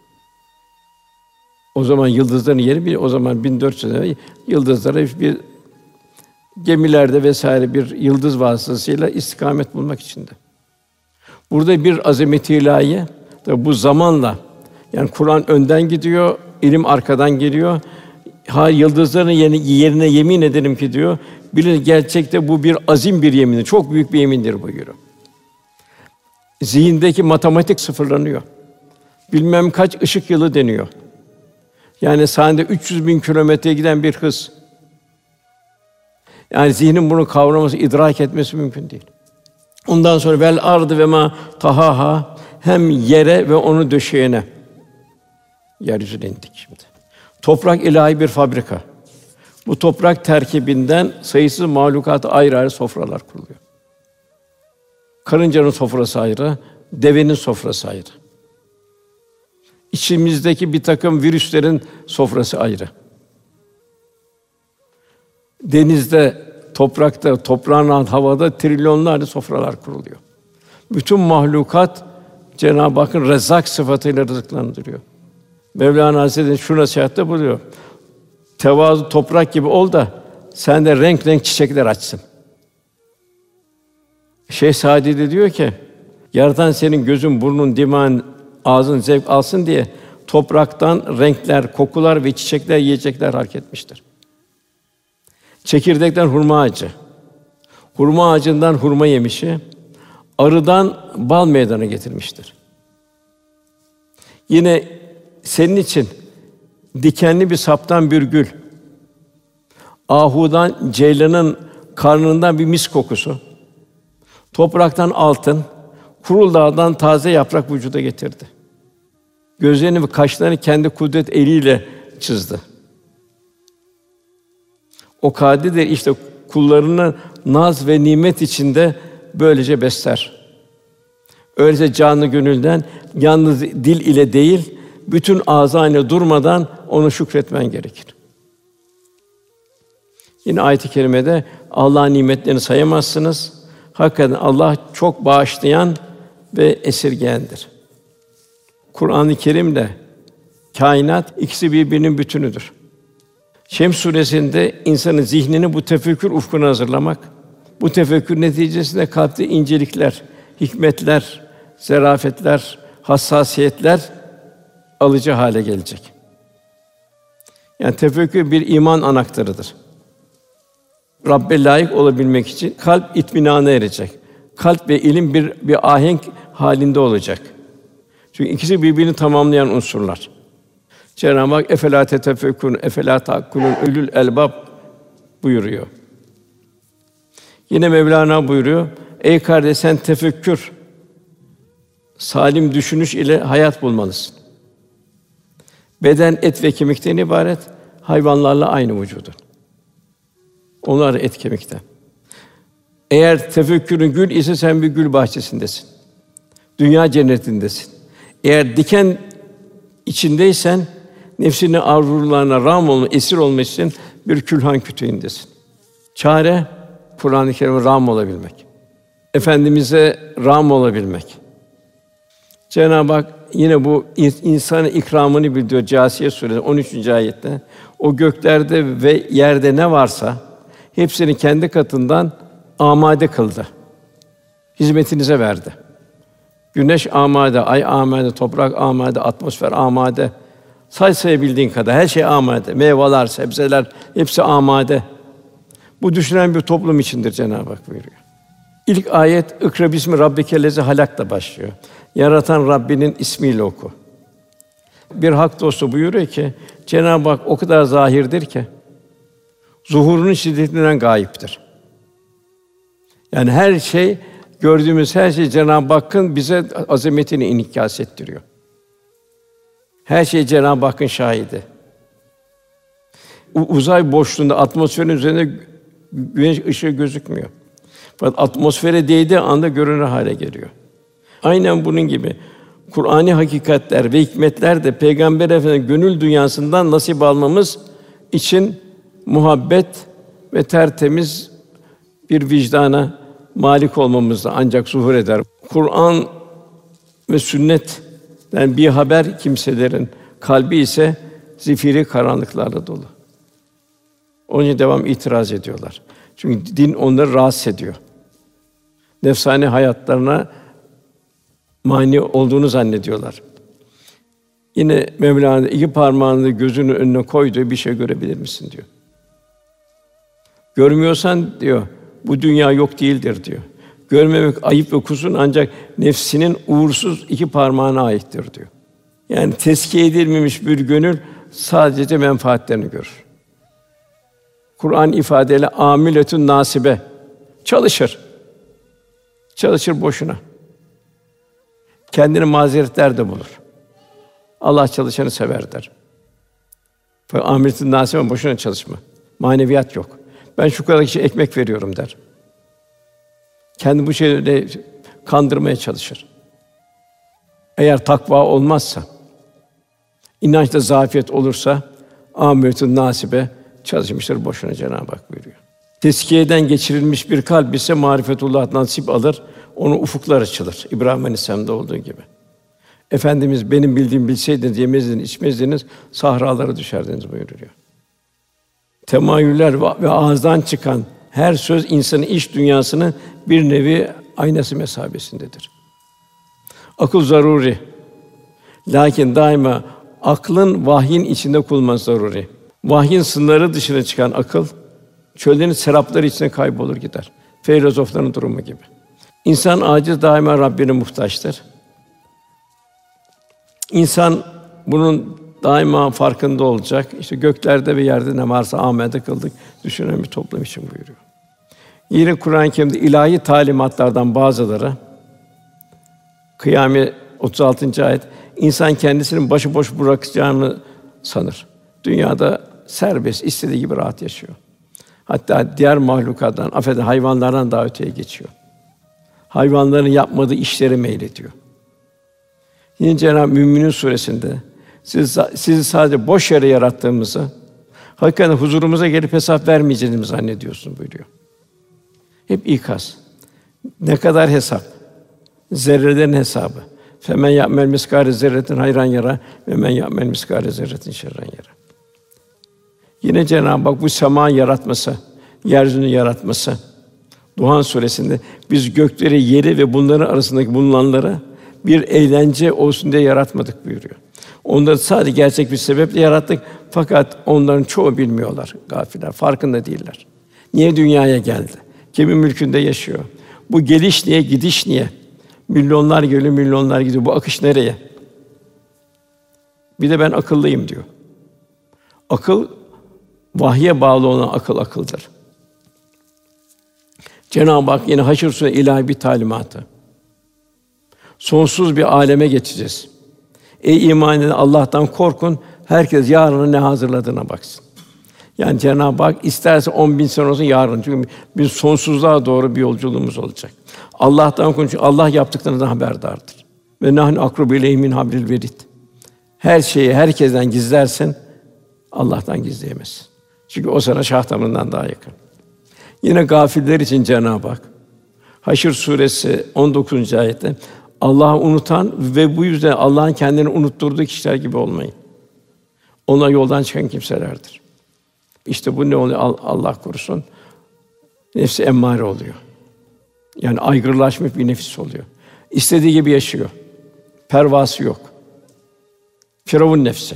O zaman yıldızların yeri o zaman 1400 sene yıldızlara bir gemilerde vesaire bir yıldız vasıtasıyla istikamet bulmak içindi. Burada bir azameti ilahiye, tabi bu zamanla yani Kur'an önden gidiyor, ilim arkadan geliyor. Yıldızların yerine yemin ederim ki diyor. Bilin gerçekte bu bir azim bir yemindir. Çok büyük bir yemindir buyuruyor. Zihindeki matematik sıfırlanıyor. Bilmem kaç ışık yılı deniyor. Yani saniyede 300.000 kilometreye giden bir hız. Yani zihnin bunu kavraması, idrak etmesi mümkün değil. Ondan sonra vel ardı ve ma tahaha hem yere ve onu döşeyene. Yeryüzüne indik şimdi. Toprak ilahi bir fabrika. Bu toprak terkibinden sayısız mahlukata ayrı ayrı sofralar kuruluyor. Karıncanın sofrası ayrı, devenin sofrası ayrı. İçimizdeki bir takım virüslerin sofrası ayrı. Denizde, toprakta, toprağın altında, havada trilyonlarca sofralar kuruluyor. Bütün mahlukat Cenab-ı Hakk'ın Rezzak sıfatıyla rızıklandırıyor. Mevlana Hazretleri şu nasihatte buyuruyor. Tevazu toprak gibi ol da sende renk renk çiçekler açsın. Şeyh Sadi de diyor ki, yaratan senin gözün, burnun, dimağın, ağzın zevk alsın diye topraktan renkler, kokular ve çiçekler, yiyecekler hak etmiştir. Çekirdekten hurma ağacı, hurma ağacından hurma yemişi, arıdan bal meydana getirmiştir. Yine senin için dikenli bir saptan bir gül, ahudan ceylanın karnından bir mis kokusu, topraktan altın, Kuruldağ'dan taze yaprak vücuda getirdi. Gözlerini ve kaşlarını kendi kudret eliyle çizdi. O kadirdir işte kullarını naz ve nimet içinde böylece besler. Öyleyse canı gönülden, yalnız dil ile değil, bütün âzâ durmadan onu şükretmen gerekir. Yine ayet-i kerimede Allah'ın nimetlerini sayamazsınız. Hakikaten Allah çok bağışlayan ve esirgeyendir. Kur'an-ı Kerim'le kainat ikisi birbirinin bütünüdür. Şems suresinde insanın zihnini bu tefekkür ufkuna hazırlamak, bu tefekkür neticesinde kalpte incelikler, hikmetler, zarafetler, hassasiyetler alıcı hale gelecek. Yani tefekkür bir iman anahtarıdır. Rabbe layık olabilmek için kalp itminana erecek. Kalp ve ilim bir ahenk halinde olacak. Çünkü ikisi birbirini tamamlayan unsurlar. Cenab-ı Hak "Efelâ tetefekkûn, efelâ ta'kulûn, ulul elbâb" buyuruyor. Yine Mevlana buyuruyor: "Ey kardeş, sen tefekkür, salim düşünüş ile hayat bulmalısın. Beden et ve kemikten ibaret, hayvanlarla aynı vücudun. Onlar et kemikten. Eğer tefekkürün gül ise sen bir gül bahçesindesin. Dünya cennetindesin. Eğer diken içindeysen nefsinin arzularına rağm olma, esir olmak için bir külhan kütüğündesin. Çare Kur'an-ı Kerim'e rağm olabilmek. Efendimize rağm olabilmek. Cenab-ı Hak yine bu insanın ikramını bildiriyor Câsiye Suresi 13. ayette. O göklerde ve yerde ne varsa hepsini kendi katından amade kıldı. Hizmetinize verdi. Güneş amade, ay amade, toprak amade, atmosfer amade. Sayabildiğin kadar her şey amade. Meyveler, sebzeler hepsi amade. Bu düşünen bir toplum içindir Cenab-ı Hak buyuruyor. İlk ayet "İkra bismi rabbikellezî halak'la başlıyor. Yaratan Rabbinin ismiyle oku. Bir hak dostu buyuruyor ki Cenab-ı Hak o kadar zahirdir ki zuhurunun şiddetinden gâyiptir. Yani her şey, gördüğümüz her şey Cenab-ı Hakk'ın bize azametini inikas ettiriyor. Her şey Cenab-ı Hakk'ın şahidi. Uzay boşluğunda atmosferin üzerinde güneş ışığı gözükmüyor. Fakat atmosfere değdiği anda görünür hale geliyor. Aynen bunun gibi Kur'ani hakikatler ve hikmetler de Peygamber Efendimiz gönül dünyasından nasip almamız için muhabbet ve tertemiz bir vicdana malik olmamızda ancak zuhur eder. Kur'an ve sünnetten bir haber kimselerin kalbi ise zifiri karanlıklarla dolu. Onun için devam itiraz ediyorlar. Çünkü din onları rahatsız ediyor. Nefsani hayatlarına mani olduğunu zannediyorlar. Yine Mevlana iki parmağını gözünün önüne koyduğu bir şey görebilir misin diyor. Görmüyorsan diyor, bu dünya yok değildir diyor. Görmemek ayıp ve kusur ancak nefsinin uğursuz iki parmağına aittir diyor. Yani tezkiye edilmemiş bir gönül sadece menfaatlerini görür. Kur'an ifadeyle amiletün nasibe çalışır. Çalışır boşuna. Kendine mazeretler de bulur. Allah çalışanı sever der. Fakat amiletün nasibe boşuna çalışma. Maneviyat yok. Ben şu kadar kişi ekmek veriyorum der. Kendi bu şeyle kandırmaya çalışır. Eğer takva olmazsa, inançta zafiyet olursa amiletün nasibe çalışmıştır boşuna Cenab-ı Hak buyuruyor. Tezkiyeden geçirilmiş bir kalp ise marifetullah nasip alır, onu ufuklar açılır. İbrahim Aleyhisselam'da olduğu gibi. Efendimiz benim bildiğim bilseydiniz yemezdiniz, içmezdiniz, sahralara düşerdiniz buyuruyor. temayüller ve ağızdan çıkan her söz insanın iç dünyasının bir nevi aynası mesabesindedir. Akıl zaruri. Lakin daima aklın vahyin içinde kullanılması zaruri. Vahyin sınırları dışına çıkan akıl, çöllerin serapları içine kaybolur gider. Filozofların durumu gibi. İnsan aciz, daima Rabbine muhtaçtır. İnsan bunun daima farkında olacak. İşte göklerde ve yerde ne varsa amelde kıldık düşünen bir toplum için buyuruyor. Yine Kur'an-ı Kerim'de ilahi talimatlardan bazıları Kıyamet 36. ayet insan kendisini başıboş bırakacağını sanır. Dünyada serbest, istediği gibi rahat yaşıyor. Hatta diğer mahlukattan, hayvanlardan daha öteye geçiyor. Hayvanların yapmadığı işlere meylediyor. Yine Cenab-ı Müminin suresinde sizi sadece boş yere yarattığımızı, hakikaten huzurumuza gelip hesap vermeyeceğimizi zannediyorsun buyuruyor. Hep ikaz. Ne kadar hesap? Zerrelerin hesabı. Femen ya'mel miskâle zerretin hayran yara ve men ya'mel miskâle zerretin şerran yara. Yine Cenab-ı Hak bu sema yaratması, yeryüzünü yaratması. Duhan suresinde biz gökleri, yeri ve bunların arasındaki bulunanları bir eğlence olsun diye yaratmadık buyuruyor. Onları sadece gerçek bir sebeple yarattık fakat onların çoğu bilmiyorlar, gafiller, farkında değiller. Niye dünyaya geldi? Kimin mülkünde yaşıyor? Bu geliş niye, gidiş niye? Milyonlar geliyor, milyonlar gidiyor. Bu akış nereye? Bir de ben akıllıyım diyor. Akıl, vahye bağlı olan akıl akıldır. Cenab-ı Hak yine Haşr Sûresi ilahi bir talimatı. Sonsuz bir aleme geçeceğiz. Ey iman eden Allah'tan korkun. Herkes yarına ne hazırladığına baksın. Yani Cenab-ı Hak isterse 10.000 sene olsun yarın. Çünkü bir sonsuzluğa doğru bir yolculuğumuz olacak. Allah'tan korkun. Çünkü Allah yaptıklarından haberdardır. Ve nahnu akrubu ileyhi min hablil verid. Her şeyi herkesten gizlersin, Allah'tan gizleyemezsin. Çünkü o sana şah damarından daha yakın. Yine gafiller için Cenab-ı Hak Haşr Sûresi 19. ayette Allah'ı unutan ve bu yüzden Allah'ın kendini unutturduğu kişiler gibi olmayın. Onlar yoldan çıkan kimselerdir. İşte bu ne oluyor? Allah korusun. Nefsi emmare oluyor. Yani aygırlaşmış bir nefis oluyor. İstediği gibi yaşıyor. Pervası yok. Firavun nefsi.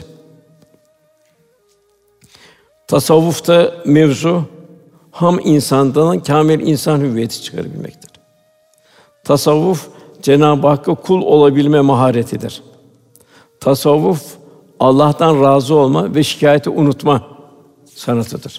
Tasavvufta mevzu ham insandan kâmil insan hüviyeti çıkarabilmektir. Tasavvuf Cenab-ı Hakk'a kul olabilme maharetidir. Tasavvuf Allah'tan razı olma ve şikâyeti unutma sanatıdır.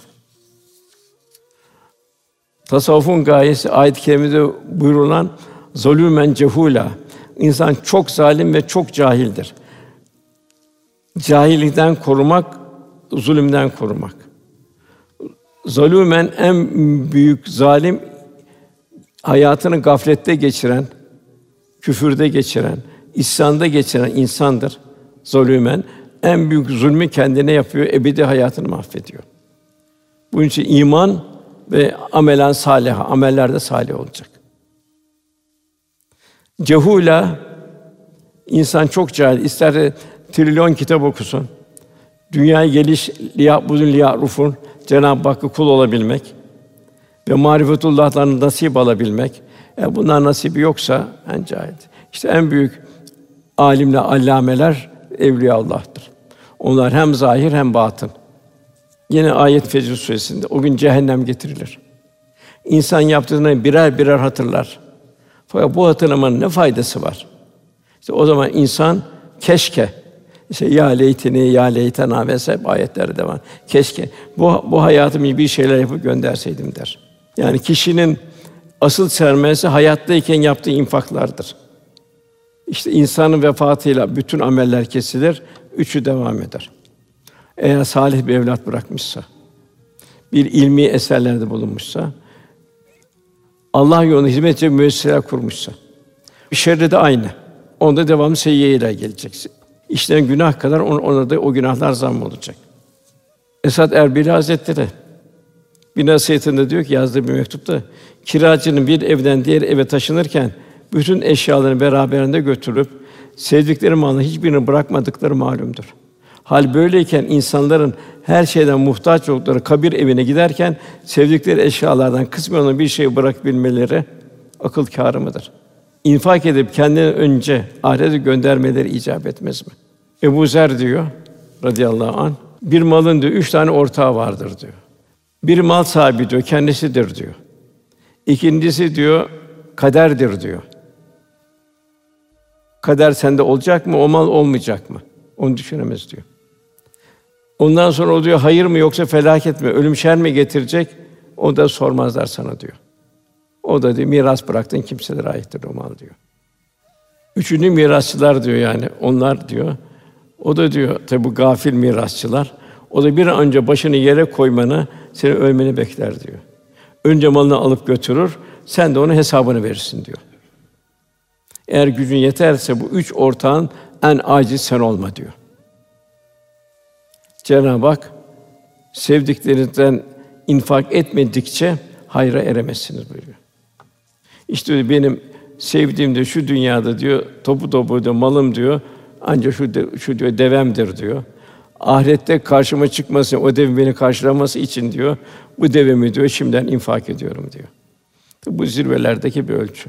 Tasavvufun gayesi ayet-i kerimede buyurulan zalûmen cehûlâ. İnsan çok zalim ve çok cahildir. Cahillikten korumak, zulümden korumak. Zalûmen en büyük zalim hayatını gaflette geçiren, küfürde geçiren, isyanda geçiren insandır. Zalûmen en büyük zulmü kendine yapıyor, ebedi hayatını mahvediyor. Bunun için iman ve amelen salih, ameller de salih olacak. Cehûlâ, insan çok cahil, ister trilyon kitap okusun, dünyaya geliş liya'budun liya'rufun, Cenab-ı Hakk'a kul olabilmek ve marifetullah'tan nasip alabilmek. Bunlar nasibi yoksa en cahil. İşte en büyük alimler, allâmeler evliyaullah'tır. Onlar hem zahir hem batın. Yine ayet Fecr suresinde o gün cehennem getirilir. İnsan yaptığını birer birer hatırlar. Fakat bu hatırlamanın ne faydası var? İşte o zaman insan keşke ya leyteni ya leytena vesaire ayetlere devam. Keşke bu hayatımı bir şeyler yapıp gönderseydim der. Yani kişinin asıl sermayesi hayattayken yaptığı infaklardır. İşte insanın vefatıyla bütün ameller kesilir, üçü devam eder. Eğer salih bir evlat bırakmışsa, bir ilmi eserlerde bulunmuşsa, Allah yolunda hizmet edecek müesseseler kurmuşsa, şerri de aynı. Onda devamlı seyyiyeyle geleceksin. İşlerin günah kadar ona da o günahlar zamm olacak. Esad Erbili Hazretleri bir nasihatinde diyor ki yazdığı bir mektupta kiracının bir evden diğer eve taşınırken bütün eşyalarını beraberinde götürüp sevdikleri malın hiçbirini bırakmadıkları malumdur. Hal böyleyken insanların her şeyden muhtaç oldukları kabir evine giderken sevdikleri eşyalardan kısmen ona bir şey bırakabilmeleri akıl kârı mıdır? İnfak edip kendinden önce ahirete göndermeleri icap etmez mi? Ebu Zer diyor radıyallahu anh, bir malın diyor 3 tane ortağı vardır diyor. Bir mal sahibi diyor kendisidir diyor. İkincisi diyor kaderdir diyor. Kader sende olacak mı, o mal olmayacak mı? Onu düşünemez diyor. Ondan sonra o diyor hayır mı yoksa felaket mi, ölüm şer mi getirecek? O da sormazlar sana diyor. O da diyor miras bıraktığın kimselere aittir o mal diyor. Üçüncü mirasçılar diyor yani onlar diyor. O da diyor tabi bu gafil mirasçılar. O da bir an önce başını yere koymanı, senin ölmeni bekler diyor. Önce malını alıp götürür, sen de onun hesabını verirsin diyor. Eğer gücün yeterse bu 3 ortağın en aciz sen olma diyor. Cenab-ı Hak sevdiklerinizden infak etmedikçe hayra eremezsiniz buyuruyor. İşte benim sevdiğim de şu dünyada diyor topu topu diyor malım diyor ancak şu diyor devemdir diyor. Ahirette karşıma çıkması, o devin beni karşılaması için diyor bu devemi diyor şimdiden infak ediyorum diyor. Bu zirvelerdeki bir ölçü.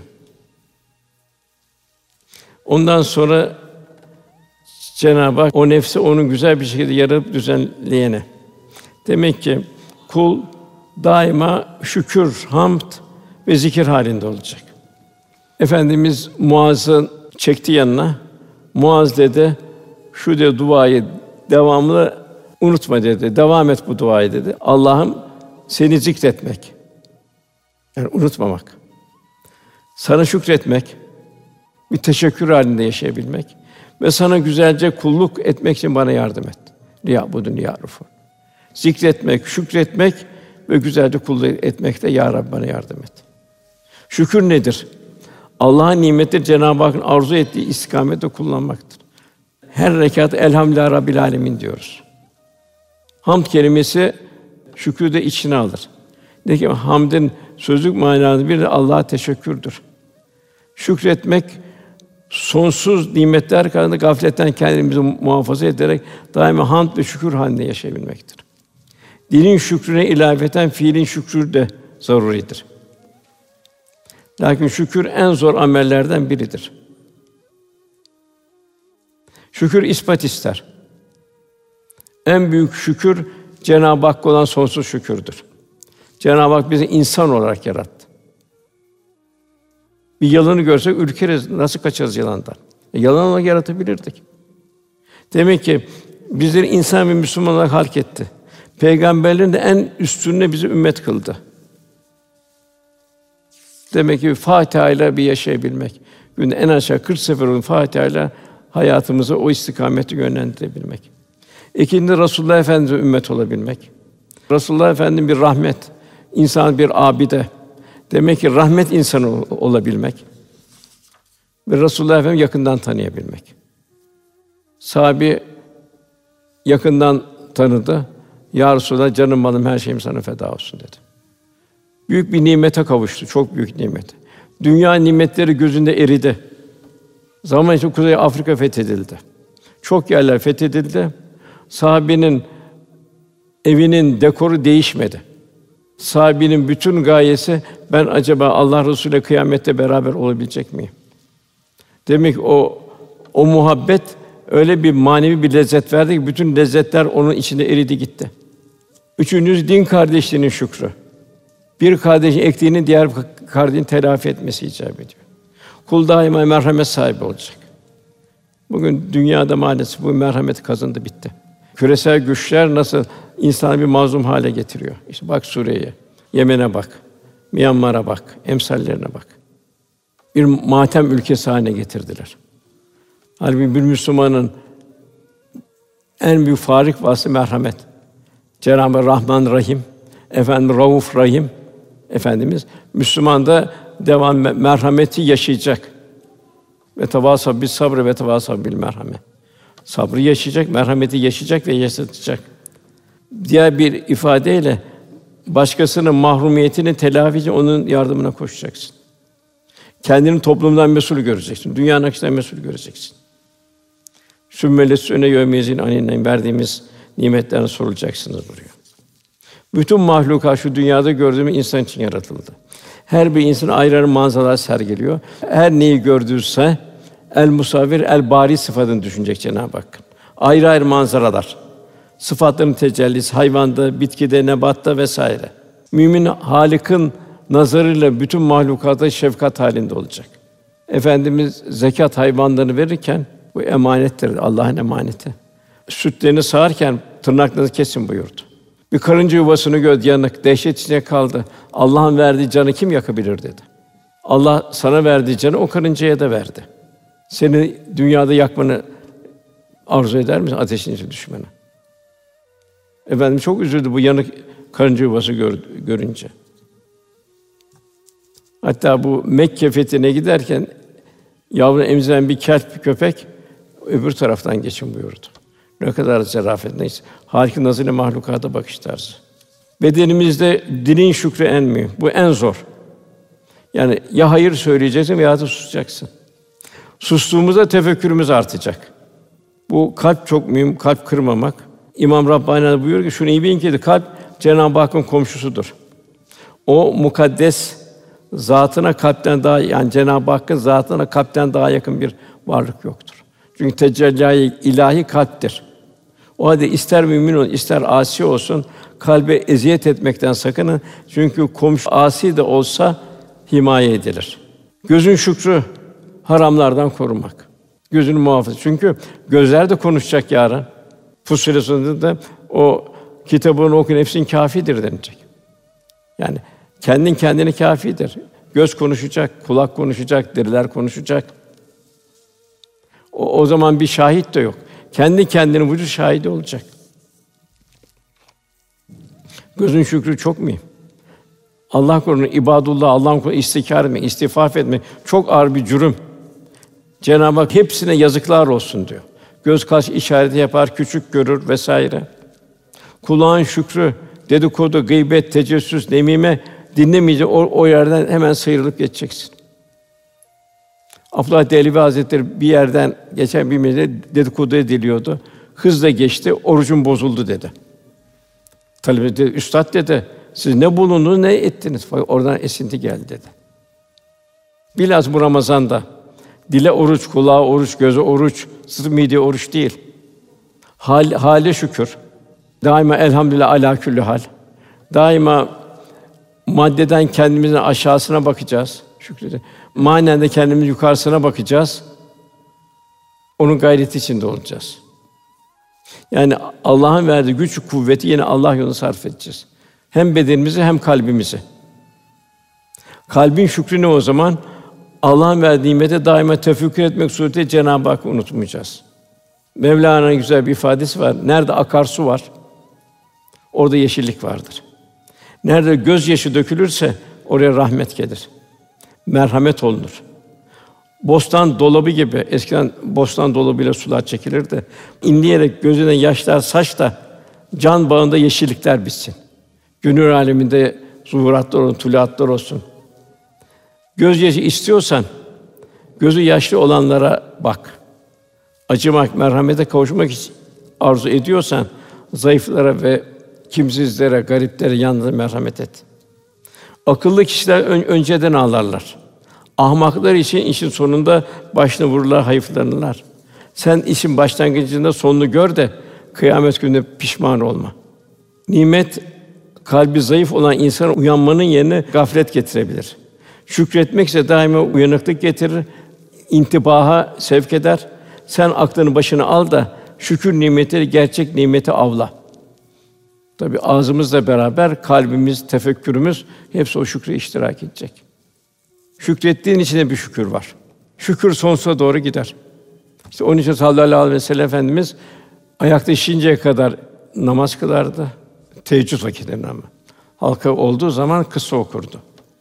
Ondan sonra Cenab-ı Hak o nefsi onu güzel bir şekilde yaratıp düzenleyene. Demek ki kul daima şükür, hamd ve zikir halinde olacak. Efendimiz Muaz'ı çekti yanına. Muaz dedi, şu de duayı devamlı unutma dedi. Devam et bu duayı dedi. Allah'ım seni zikretmek. Yani unutmamak. Sana şükretmek, bir teşekkür halinde yaşayabilmek ve sana güzelce kulluk etmek için bana yardım et. Liya'budun ya'rufun. Zikretmek, şükretmek ve güzelce kulluk etmekte ya Rabbi bana yardım et. Şükür nedir? Allah'ın nimetleri Cenab-ı Hakk'ın arzu ettiği istikamette kullanmaktır. Her rekat elhamdülillah Rabbil âlemin diyoruz. Hamd kelimesi şükrü de içine alır. Ne ki hamdın sözlük manası bir de Allah'a teşekkürdür. Şükretmek sonsuz nimetler karşısında gafletten kendimizi muhafaza ederek daima hamd ve şükür halinde yaşayabilmektir. Dilin şükrüne ilaveten fiilin şükrü de zaruridir. Lakin şükür en zor amellerden biridir. Şükür ispat ister. En büyük şükür Cenab-ı Hakk'a olan sonsuz şükürdür. Cenab-ı Hak bizi insan olarak yarattı. Bir yılanı görsek ürkeriz. Nasıl kaçarız yılandan? Yılan olarak yaratabilirdik. Demek ki bizleri insan ve Müslüman olarak halk etti. Peygamberlerin de en üstününe bizi ümmet kıldı. Demek ki Fatiha ile bir yaşayabilmek. Günde en aşağı 40 sefer olun Fatiha ile hayatımızı o istikamete yönlendirebilmek. İkincisi Resulullah Efendimiz'e ümmet olabilmek. Resulullah Efendimiz bir rahmet, insan bir abide. Demek ki rahmet insanı olabilmek ve Resulullah Efendimiz yakından tanıyabilmek. Sahabi yakından tanıdı. Ya Resulallah canım malım her şeyim sana feda olsun dedi. Büyük bir nimete kavuştu, çok büyük nimet. Dünya nimetleri gözünde eridi. Zaman içinde Kuzey Afrika fethedildi. Çok yerler fethedildi. Sahabenin evinin dekoru değişmedi. Sahabenin bütün gayesi ben acaba Allah Resulü'yle kıyamette beraber olabilecek miyim? Demek ki o muhabbet öyle bir manevi bir lezzet verdi ki bütün lezzetler onun içinde eridi gitti. Üçüncüsü din kardeşliğinin şükrü. Bir kardeşin ektiğini diğer kardeşin telafi etmesi icap ediyor. Kul daima merhamet sahibi olacak. Bugün dünyada maalesef bu merhamet kazındı bitti. Küresel güçler nasıl insanı bir mazlum hale getiriyor. İşte bak Suriye'ye, Yemen'e bak, Myanmar'a bak, emsallerine bak. Bir matem ülkesi haline getirdiler. Halbuki bir Müslümanın en büyük farik vasfı merhamet. Cenab-ı Rahman Rahim, efendim Rauf Rahim, Efendimiz Müslüman da devam merhameti yaşayacak. Ve tevâsav bis sabr ve tevâsav bil merhamet. Sabrı yaşayacak, merhameti yaşayacak ve yaşatacak. Diğer bir ifadeyle başkasının mahrumiyetini telafi için onun yardımına koşacaksın. Kendini toplumdan mesul göreceksin. Dünyanın akışından mesul göreceksin. Sümmele süne yevmiyezin aninden verdiğimiz nimetlerine sorulacaksınız buyuruyor. Bütün mahlukat şu dünyada gördüğümüz insan için yaratıldı. Her bir insan ayrı ayrı manzaralar sergiliyor. Her neyi gördüyse el musavvir, el bari sıfatını düşünecek Cenab-ı Hak. Ayrı ayrı manzaralar. Sıfatların tecellisi hayvanda, bitkide, nebatta vesaire. Mümin Halık'ın nazarıyla bütün mahlukata şefkat halinde olacak. Efendimiz zekat hayvanlarını verirken bu emanettir, Allah'ın emaneti. Sütlerini sağarken tırnaklarınızı kesin buyurdu. Bir karınca yuvasını gördü, yanık, dehşet içine kaldı. Allah'ın verdiği canı kim yakabilir dedi. Allah sana verdiği canı o karıncaya da verdi. Seni dünyada yakmanı arzu eder misin ateşin içine düşmanı? Efendim çok üzüldü bu yanık karınca yuvası görünce. Hatta bu Mekke fethine giderken yavru emziren bir kelp, bir köpek öbür taraftan geçin buyurdu. Ne kadar zarafet, neyse. Hâlik-i nazîr mahlukata bakış tarzı. Bedenimizde dilin şükrü en mühim. Bu en zor. Yani ya hayır söyleyeceksin veya da susacaksın. Sustuğumuzda tefekkürümüz artacak. Bu kalp çok mühim, kalp kırmamak. İmam Rabbani buyuruyor ki şunu iyi bilin ki kalp Cenab-ı Hakk'ın komşusudur. O mukaddes zatına kalpten daha yani Cenab-ı Hakk'ın zatına kalpten daha yakın bir varlık yoktur. Çünkü tecelli ilahi kalptir. O halde ister mümin olsun, ister asi olsun kalbe eziyet etmekten sakının. Çünkü komşu asi de olsa himaye edilir. Gözün şükrü haramlardan korumak. Gözünü muhafaza. Çünkü gözler de konuşacak yarın. Fussilet Suresi'nde o kitabını okuyun nefsin kâfidir denilecek. Yani kendin kendine kâfidir. Göz konuşacak, kulak konuşacak, deriler konuşacak. O zaman bir şahit de yok. Kendi kendine vücut şahidi olacak. Gözün şükrü çok mühim. Allah korusun ibadullah, Allah'ın kuluna istikâr etmek, istifaf etmek çok ağır bir cürüm. Cenab-ı Hak hepsine yazıklar olsun diyor. Göz kaş işareti yapar, küçük görür vesaire. Kulağın şükrü, dedikodu, gıybet, tecessüs, nemime dinlemeyecek o yerden hemen sıyrılıp geçeceksin. Abdullah Dehlevi Hazretleri bir yerden geçen bir mecliste dedikodu ediliyordu. Hızla geçti, orucum bozuldu dedi. Talebe dedi, üstad dedi, siz ne bulundunuz, ne ettiniz? Oradan esinti geldi dedi. Bilhassa bu Ramazan'da dile oruç, kulağa oruç, göze oruç, sırf mideye oruç değil. Hale şükür. Daima elhamdülillah alâ küllü hal. Daima maddeden kendimizin aşağısına bakacağız. Şükrede. Manen de kendimiz yukarısına bakacağız. Onun gayreti içinde olacağız. Yani Allah'ın verdiği güç, kuvveti yine Allah yolunda sarf edeceğiz. Hem bedenimizi hem kalbimizi. Kalbin şükrü ne o zaman? Allah'ın verdiği nimete daima tefekkür etmek suretiyle Cenab-ı Hakk'ı unutmayacağız. Mevlana'nın güzel bir ifadesi var. Nerede akarsu var, orada yeşillik vardır. Nerede gözyaşı dökülürse oraya rahmet gelir. Merhamet olunur. Bostan dolabı gibi, eskiden bostan dolabıyla sular çekilirdi. İnleyerek gözünden yaşlar saç da can bağında yeşillikler bitsin. Gönül âleminde zuhuratlar olsun, tuluatlar olsun. Gözyaşı istiyorsan gözü yaşlı olanlara bak. Acımak, merhamete kavuşmak için arzu ediyorsan zayıflara ve kimsizlere, gariplere yalnız merhamet et. Akıllı kişiler önceden ağlarlar. Ahmaklar için işin sonunda başına vururlar, hayıflanırlar. Sen işin başlangıcında sonunu gör de kıyamet gününde pişman olma. Nimet kalbi zayıf olan insana uyanmanın yerine gaflet getirebilir. Şükretmek ise daima uyanıklık getirir, intibaha sevk eder. Sen aklını başına al da şükür nimetleri, gerçek nimeti avla. Tabii ağzımızla beraber kalbimiz, tefekkürümüz hepsi o şükre iştirak edecek. Şükrettiğin içinde bir şükür var. Şükür sonsuza doğru gider. İşte onun için sallallahu aleyhi ve sellem Efendimiz ayakta şişinceye kadar namaz kılardı. Teheccüd vakitlerinde ama. Halka olduğu zaman kısa okurdu.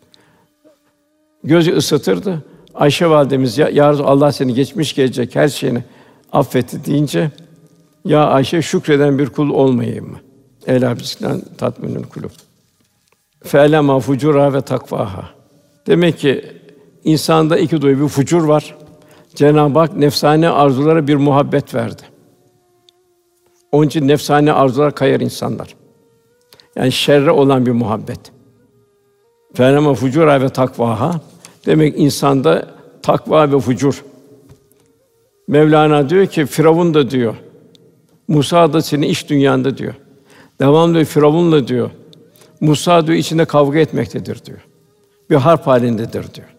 Gözü ısıtırdı. Ayşe validemiz ya Allah seni geçmiş gelecek her şeyini affetti deyince ya Ayşe şükreden bir kul olmayayım mı? Ela bizden tatminül kulûb. Fe'lema fucura ve takvaha. Demek ki insanda iki duyu, bir fucur var. Cenab-ı Hak nefsane arzulara bir muhabbet verdi. Onun için nefsani arzular kayar insanlar. Yani şerre olan bir muhabbet. Fenema fucura ve takvaha. Demek insanda takva ve fucur. Mevlana diyor ki Firavun da diyor. Musa da senin iç dünyanda diyor. Devamlı Firavun'la diyor. Musa diyor içinde kavga etmektedir diyor. Bir harp halindedir diyor.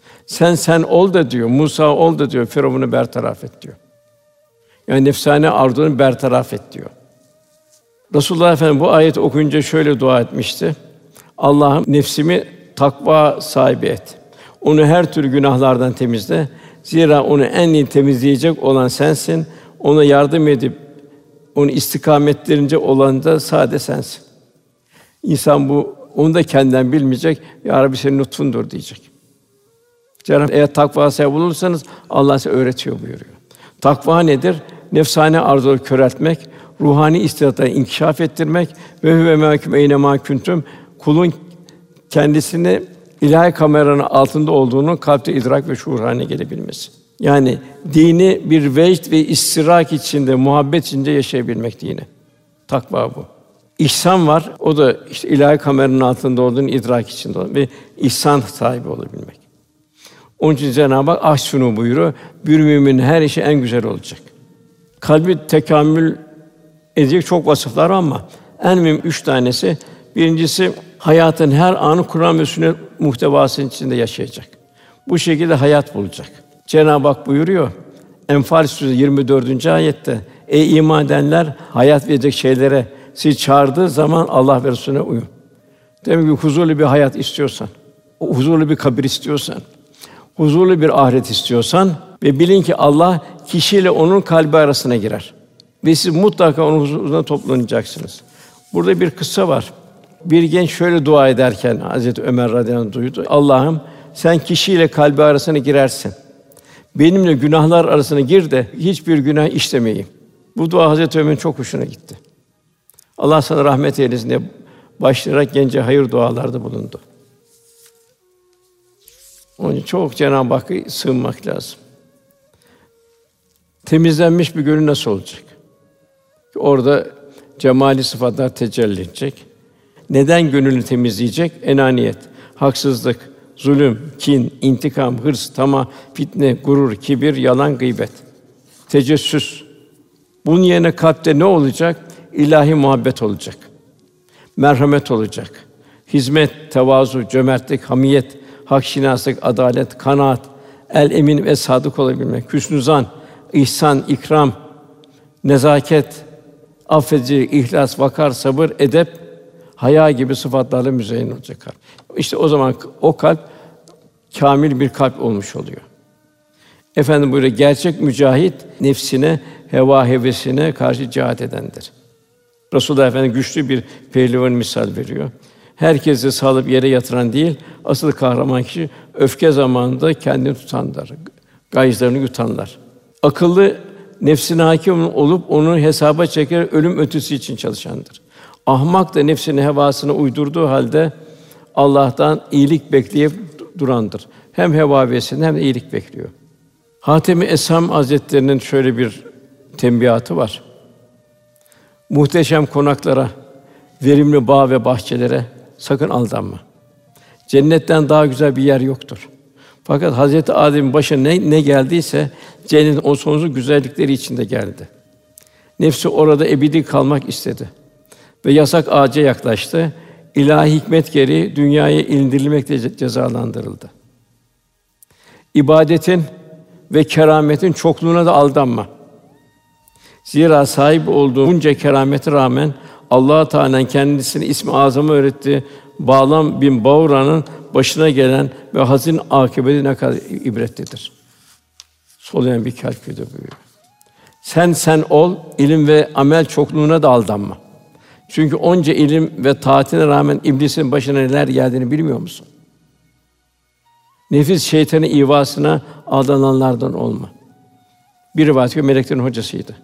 Sen ol da diyor. Musa ol da diyor. Firavun'u bertaraf et diyor. Yani nefsane arzunu bertaraf et diyor. Resulullah Efendimiz bu ayeti okuyunca şöyle dua etmişti. Allah'ım nefsimi takva sahibi et. Onu her türlü günahlardan temizle. Zira onu en iyi temizleyecek olan sensin. Ona yardım edip onu istikametlerince olan da sadece sensin. İnsan onu da kendinden bilmeyecek. Ya Rabbi senin lütfundur diyecek. Cenab-ı eğer takva sahibi olursanız Allah size öğretiyor buyuruyor. Takva nedir? Nefsane arzuları köreltmek, ruhani istidatları inkişaf ettirmek ve huve mâkûm eyne mâ kuntum, kulun kendisini ilahi kameranın altında olduğunu kalpte idrak ve şuur haline gelebilmesi. Yani dini bir vecd ve istirak içinde, muhabbet içinde yaşayabilmek dini. Takva bu. İhsan var. O da işte ilahi kameranın altında olduğunu idrak içinde olmak ve ihsan sahibi olabilmek. Onun için Cenab-ı Hak ahsinu buyuruyor. Bir müminin her işi en güzel olacak. Kalbi tekamül edecek çok vasıflar var ama en mühim 3 tanesi. Birincisi hayatın her anı Kur'an ve sünnet muhtevasının içinde yaşayacak. Bu şekilde hayat bulacak. Cenab-ı Hak buyuruyor. Enfal Suresi 24. ayette ey iman edenler hayat verecek şeylere sizi çağırdığı zaman Allah ve Resulüne uyun. Demek ki huzurlu bir hayat istiyorsan, huzurlu bir kabir istiyorsan, huzurlu bir ahiret istiyorsan ve bilin ki Allah kişiyle onun kalbi arasına girer. Ve siz mutlaka onun huzuruna toplanacaksınız. Burada bir kıssa var. Bir genç şöyle dua ederken Hazreti Ömer radıyallahu anh duydu. Allah'ım sen kişiyle kalbi arasına girersin. Benimle günahlar arasına gir de hiçbir günah işlemeyeyim. Bu dua Hazreti Ömer'in çok hoşuna gitti. Allah sana rahmet eylesin diye başlayarak gence hayır dualarda bulundu. Onun için çok Cenab-ı Hakk'a sığınmak lazım. Temizlenmiş bir gönül nasıl olacak? Orada cemali sıfatlar tecelli edecek. Neden gönlünü temizleyecek? Enaniyet, haksızlık, zulüm, kin, intikam, hırs, tamah, fitne, gurur, kibir, yalan, gıybet, tecessüs. Bunun yerine kalpte ne olacak? İlahi muhabbet olacak. Merhamet olacak. Hizmet, tevazu, cömertlik, hamiyet, hakşinaslık, adalet, kanaat, el-emin ve sadık olabilmek, hüsnü zan, ihsan, ikram, nezaket, affedici, ihlas, vakar, sabır, edep, haya gibi sıfatlarla müzeyyen olacak kalp. İşte o zaman o kalp kâmil bir kalp olmuş oluyor. Efendim buyuruyor, gerçek mücahit nefsine, heva hevesine karşı cihat edendir. Resulullah Efendimiz güçlü bir pehlivan misal veriyor. Herkesi salıp yere yatıran değil, asıl kahraman kişi öfke zamanında kendini tutanlar, gayızlarını yutanlar. Akıllı nefsine hakim olup onu hesaba çeker ölüm ötesi için çalışandır. Ahmak da nefsini hevasına uydurduğu halde Allah'tan iyilik bekleyip durandır. Hem heva hevesinden hem de iyilik bekliyor. Hatemi Esam Hazretleri'nin şöyle bir tembihatı var. Muhteşem konaklara, verimli bağ ve bahçelere sakın aldanma. Cennetten daha güzel bir yer yoktur. Fakat Hazreti Adem'in başına ne geldiyse cennetin o sonsuz güzellikleri içinde geldi. Nefsi orada ebedi kalmak istedi ve yasak ağaca yaklaştı. İlahi hikmet gereği dünyaya indirilmekle cezalandırıldı. İbadetin ve kerametin çokluğuna da aldanma. Zira sahip olduğu bunca keramete rağmen Allah Teala'nın kendisine ismi azamı öğrettiği Bağlam bin Bavra'nın başına gelen ve hazin akıbeti ne kadar ibretlidir. Soluyan bir kalp güdü buyuruyor. Sen ol, ilim ve amel çokluğuna da aldanma. Çünkü onca ilim ve taatine rağmen iblisin başına neler geldiğini bilmiyor musun? Nefis şeytanın ivasına aldananlardan olma. Bir rivayet meleklerin hocasıydı.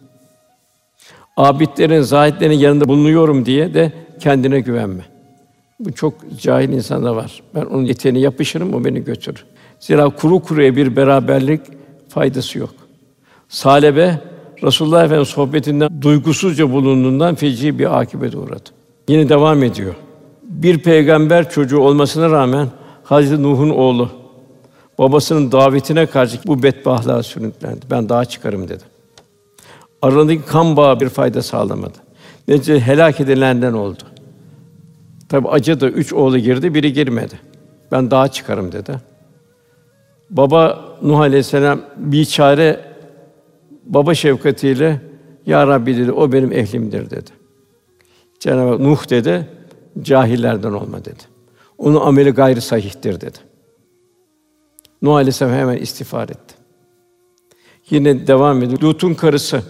Abidlerin, zahitlerin yanında bulunuyorum diye de kendine güvenme. Bu çok cahil insanda var. Ben onun eteğine yapışırım, o beni götürür. Zira kuru kuruya bir beraberlik faydası yok. Salebe, Resulullah Efendimiz sohbetinden duygusuzca bulunduğundan feci bir akibete uğradı. Yine devam ediyor. Bir peygamber çocuğu olmasına rağmen Hazreti Nuh'un oğlu babasının davetine karşı bu bedbahtlığa sürüklendi. Ben dağa çıkarım dedi. Aralarındaki kan bağı bir fayda sağlamadı. Neticede helak edilenden oldu. Tabi acı da 3 oğlu girdi, biri girmedi. Ben dağa çıkarım dedi. Baba Nuh Aleyhisselam biçare baba şefkatiyle Ya Rabbi dedi, o benim ehlimdir dedi. Cenab-ı Hak Nuh dedi, cahillerden olma dedi. Onun ameli gayri sahihtir dedi. Nuh Aleyhisselam hemen istiğfar etti. Yine devam ediyor. Lut'un karısı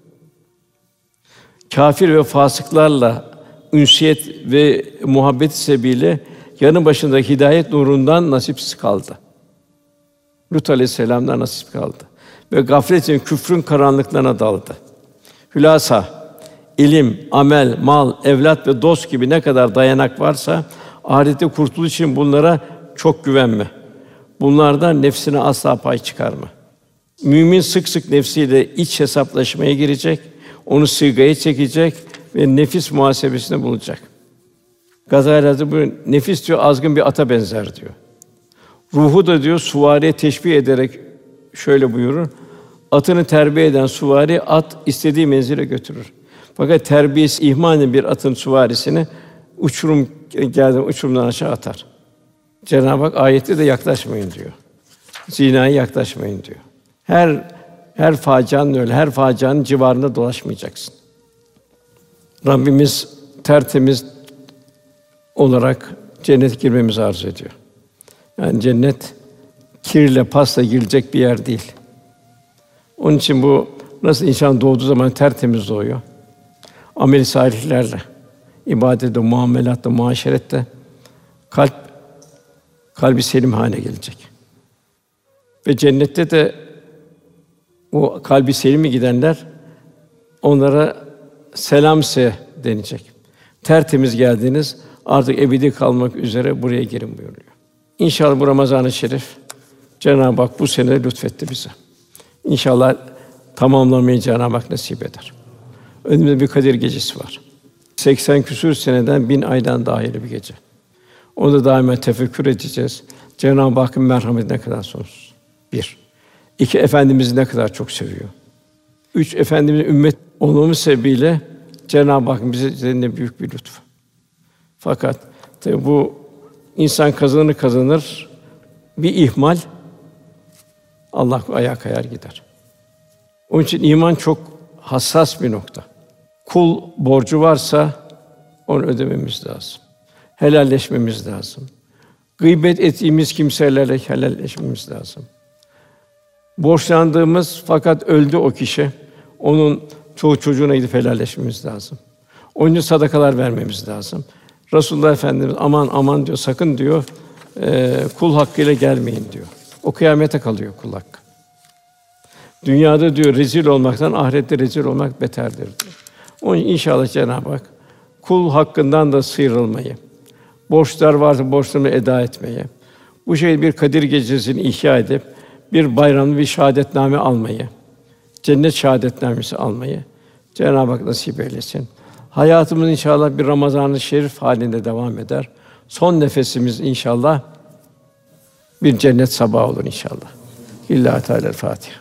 kâfir ve fasıklarla ünsiyet ve muhabbet sebebiyle yanı başında hidayet nurundan nasipsiz kaldı. Lut Aleyhisselam'dan nasip kaldı ve gafletin, küfrün karanlıklarına daldı. Hülasa, ilim, amel, mal, evlat ve dost gibi ne kadar dayanak varsa ahirette kurtuluş için bunlara çok güvenme. Bunlardan nefsine asla pay çıkarma. Mümin sık sık nefsiyle iç hesaplaşmaya girecek, onu sığgaya çekecek ve nefis muhasebesinde bulunacak. Gazali Hazretleri buyuruyor, nefis diyor azgın bir ata benzer diyor. Ruhu da diyor süvariye teşbih ederek şöyle buyurur. Atını terbiye eden süvari at istediği menzile götürür. Fakat terbiyesi ihmal bir atın süvarisini uçurum geldi uçurumdan aşağı atar. Cenab-ı Hak ayette de yaklaşmayın diyor. Zinaya yaklaşmayın diyor. Her facianın öyle, her facianın civarında dolaşmayacaksın. Rabbimiz tertemiz olarak cennete girmemizi arzu ediyor. Yani cennet kirle, pasla girilecek bir yer değil. Onun için bu nasıl insan doğduğu zaman tertemiz doğuyor. Amel-i salihlerle, ibadette, muamelatta, muaşerette kalbi selim hale gelecek. Ve cennette de o kalbi selime gidenler onlara selamse denecek. Tertemiz geldiniz, artık ebedi kalmak üzere buraya girin buyuruyor. İnşallah bu Ramazan-ı Şerif Cenab-ı Hak bu sene lütfetti bize. İnşallah tamamlamayı Cenab-ı Hak nasip eder. Önümüzde bir Kadir Gecesi var. 80 küsur seneden 1000 aydan daha hayırlı bir gece. Onu da daima tefekkür edeceğiz. Cenab-ı Hakk'ın merhameti ne kadar sonsuz. 1. 2. Efendimiz ne kadar çok seviyor. 3. Efendimiz'in ümmet olmamız sebebiyle Cenab-ı Hakk'ın bize üzerinde büyük bir lütfu. Fakat tabii bu insan kazanır bir ihmal Allah ayağa kayar gider. Onun için iman çok hassas bir nokta. Kul borcu varsa onu ödememiz lazım. Helalleşmemiz lazım. Gıybet ettiğimiz kimselerle helalleşmemiz lazım. Borçlandığımız fakat öldü o kişi, onun çocuğuna gidip helalleşmemiz lazım. Onun için sadakalar vermemiz lazım. Resulullah Efendimiz aman diyor, sakın diyor, kul hakkıyla gelmeyin diyor. O kıyamete kalıyor kul hakkı. Dünyada diyor rezil olmaktan ahirette rezil olmak beterdir diyor. Onun için inşallah Cenab-ı Hak kul hakkından da sıyrılmayı, borçlar varsa borçlarını eda etmeyi, bu şekilde bir Kadir Gecesi'ni ihya edip bir bayramlı bir şahadetname almayı, cennet şahadetnamesi almayı Cenab-ı Hak nasip eylesin. Hayatımız inşallah bir Ramazan-ı Şerif halinde devam eder. Son nefesimiz inşallah bir cennet sabahı olur inşallah. İllahi Teala-Fatiha.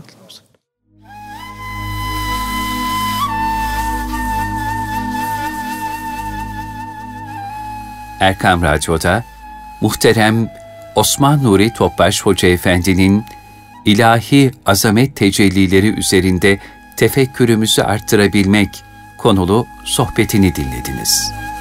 Erkam Radyo'da muhterem Osman Nuri Topbaş Hoca Efendi'nin ilahi azamet tecellileri üzerinde tefekkürümüzü arttırabilmek konulu sohbetini dinlediniz.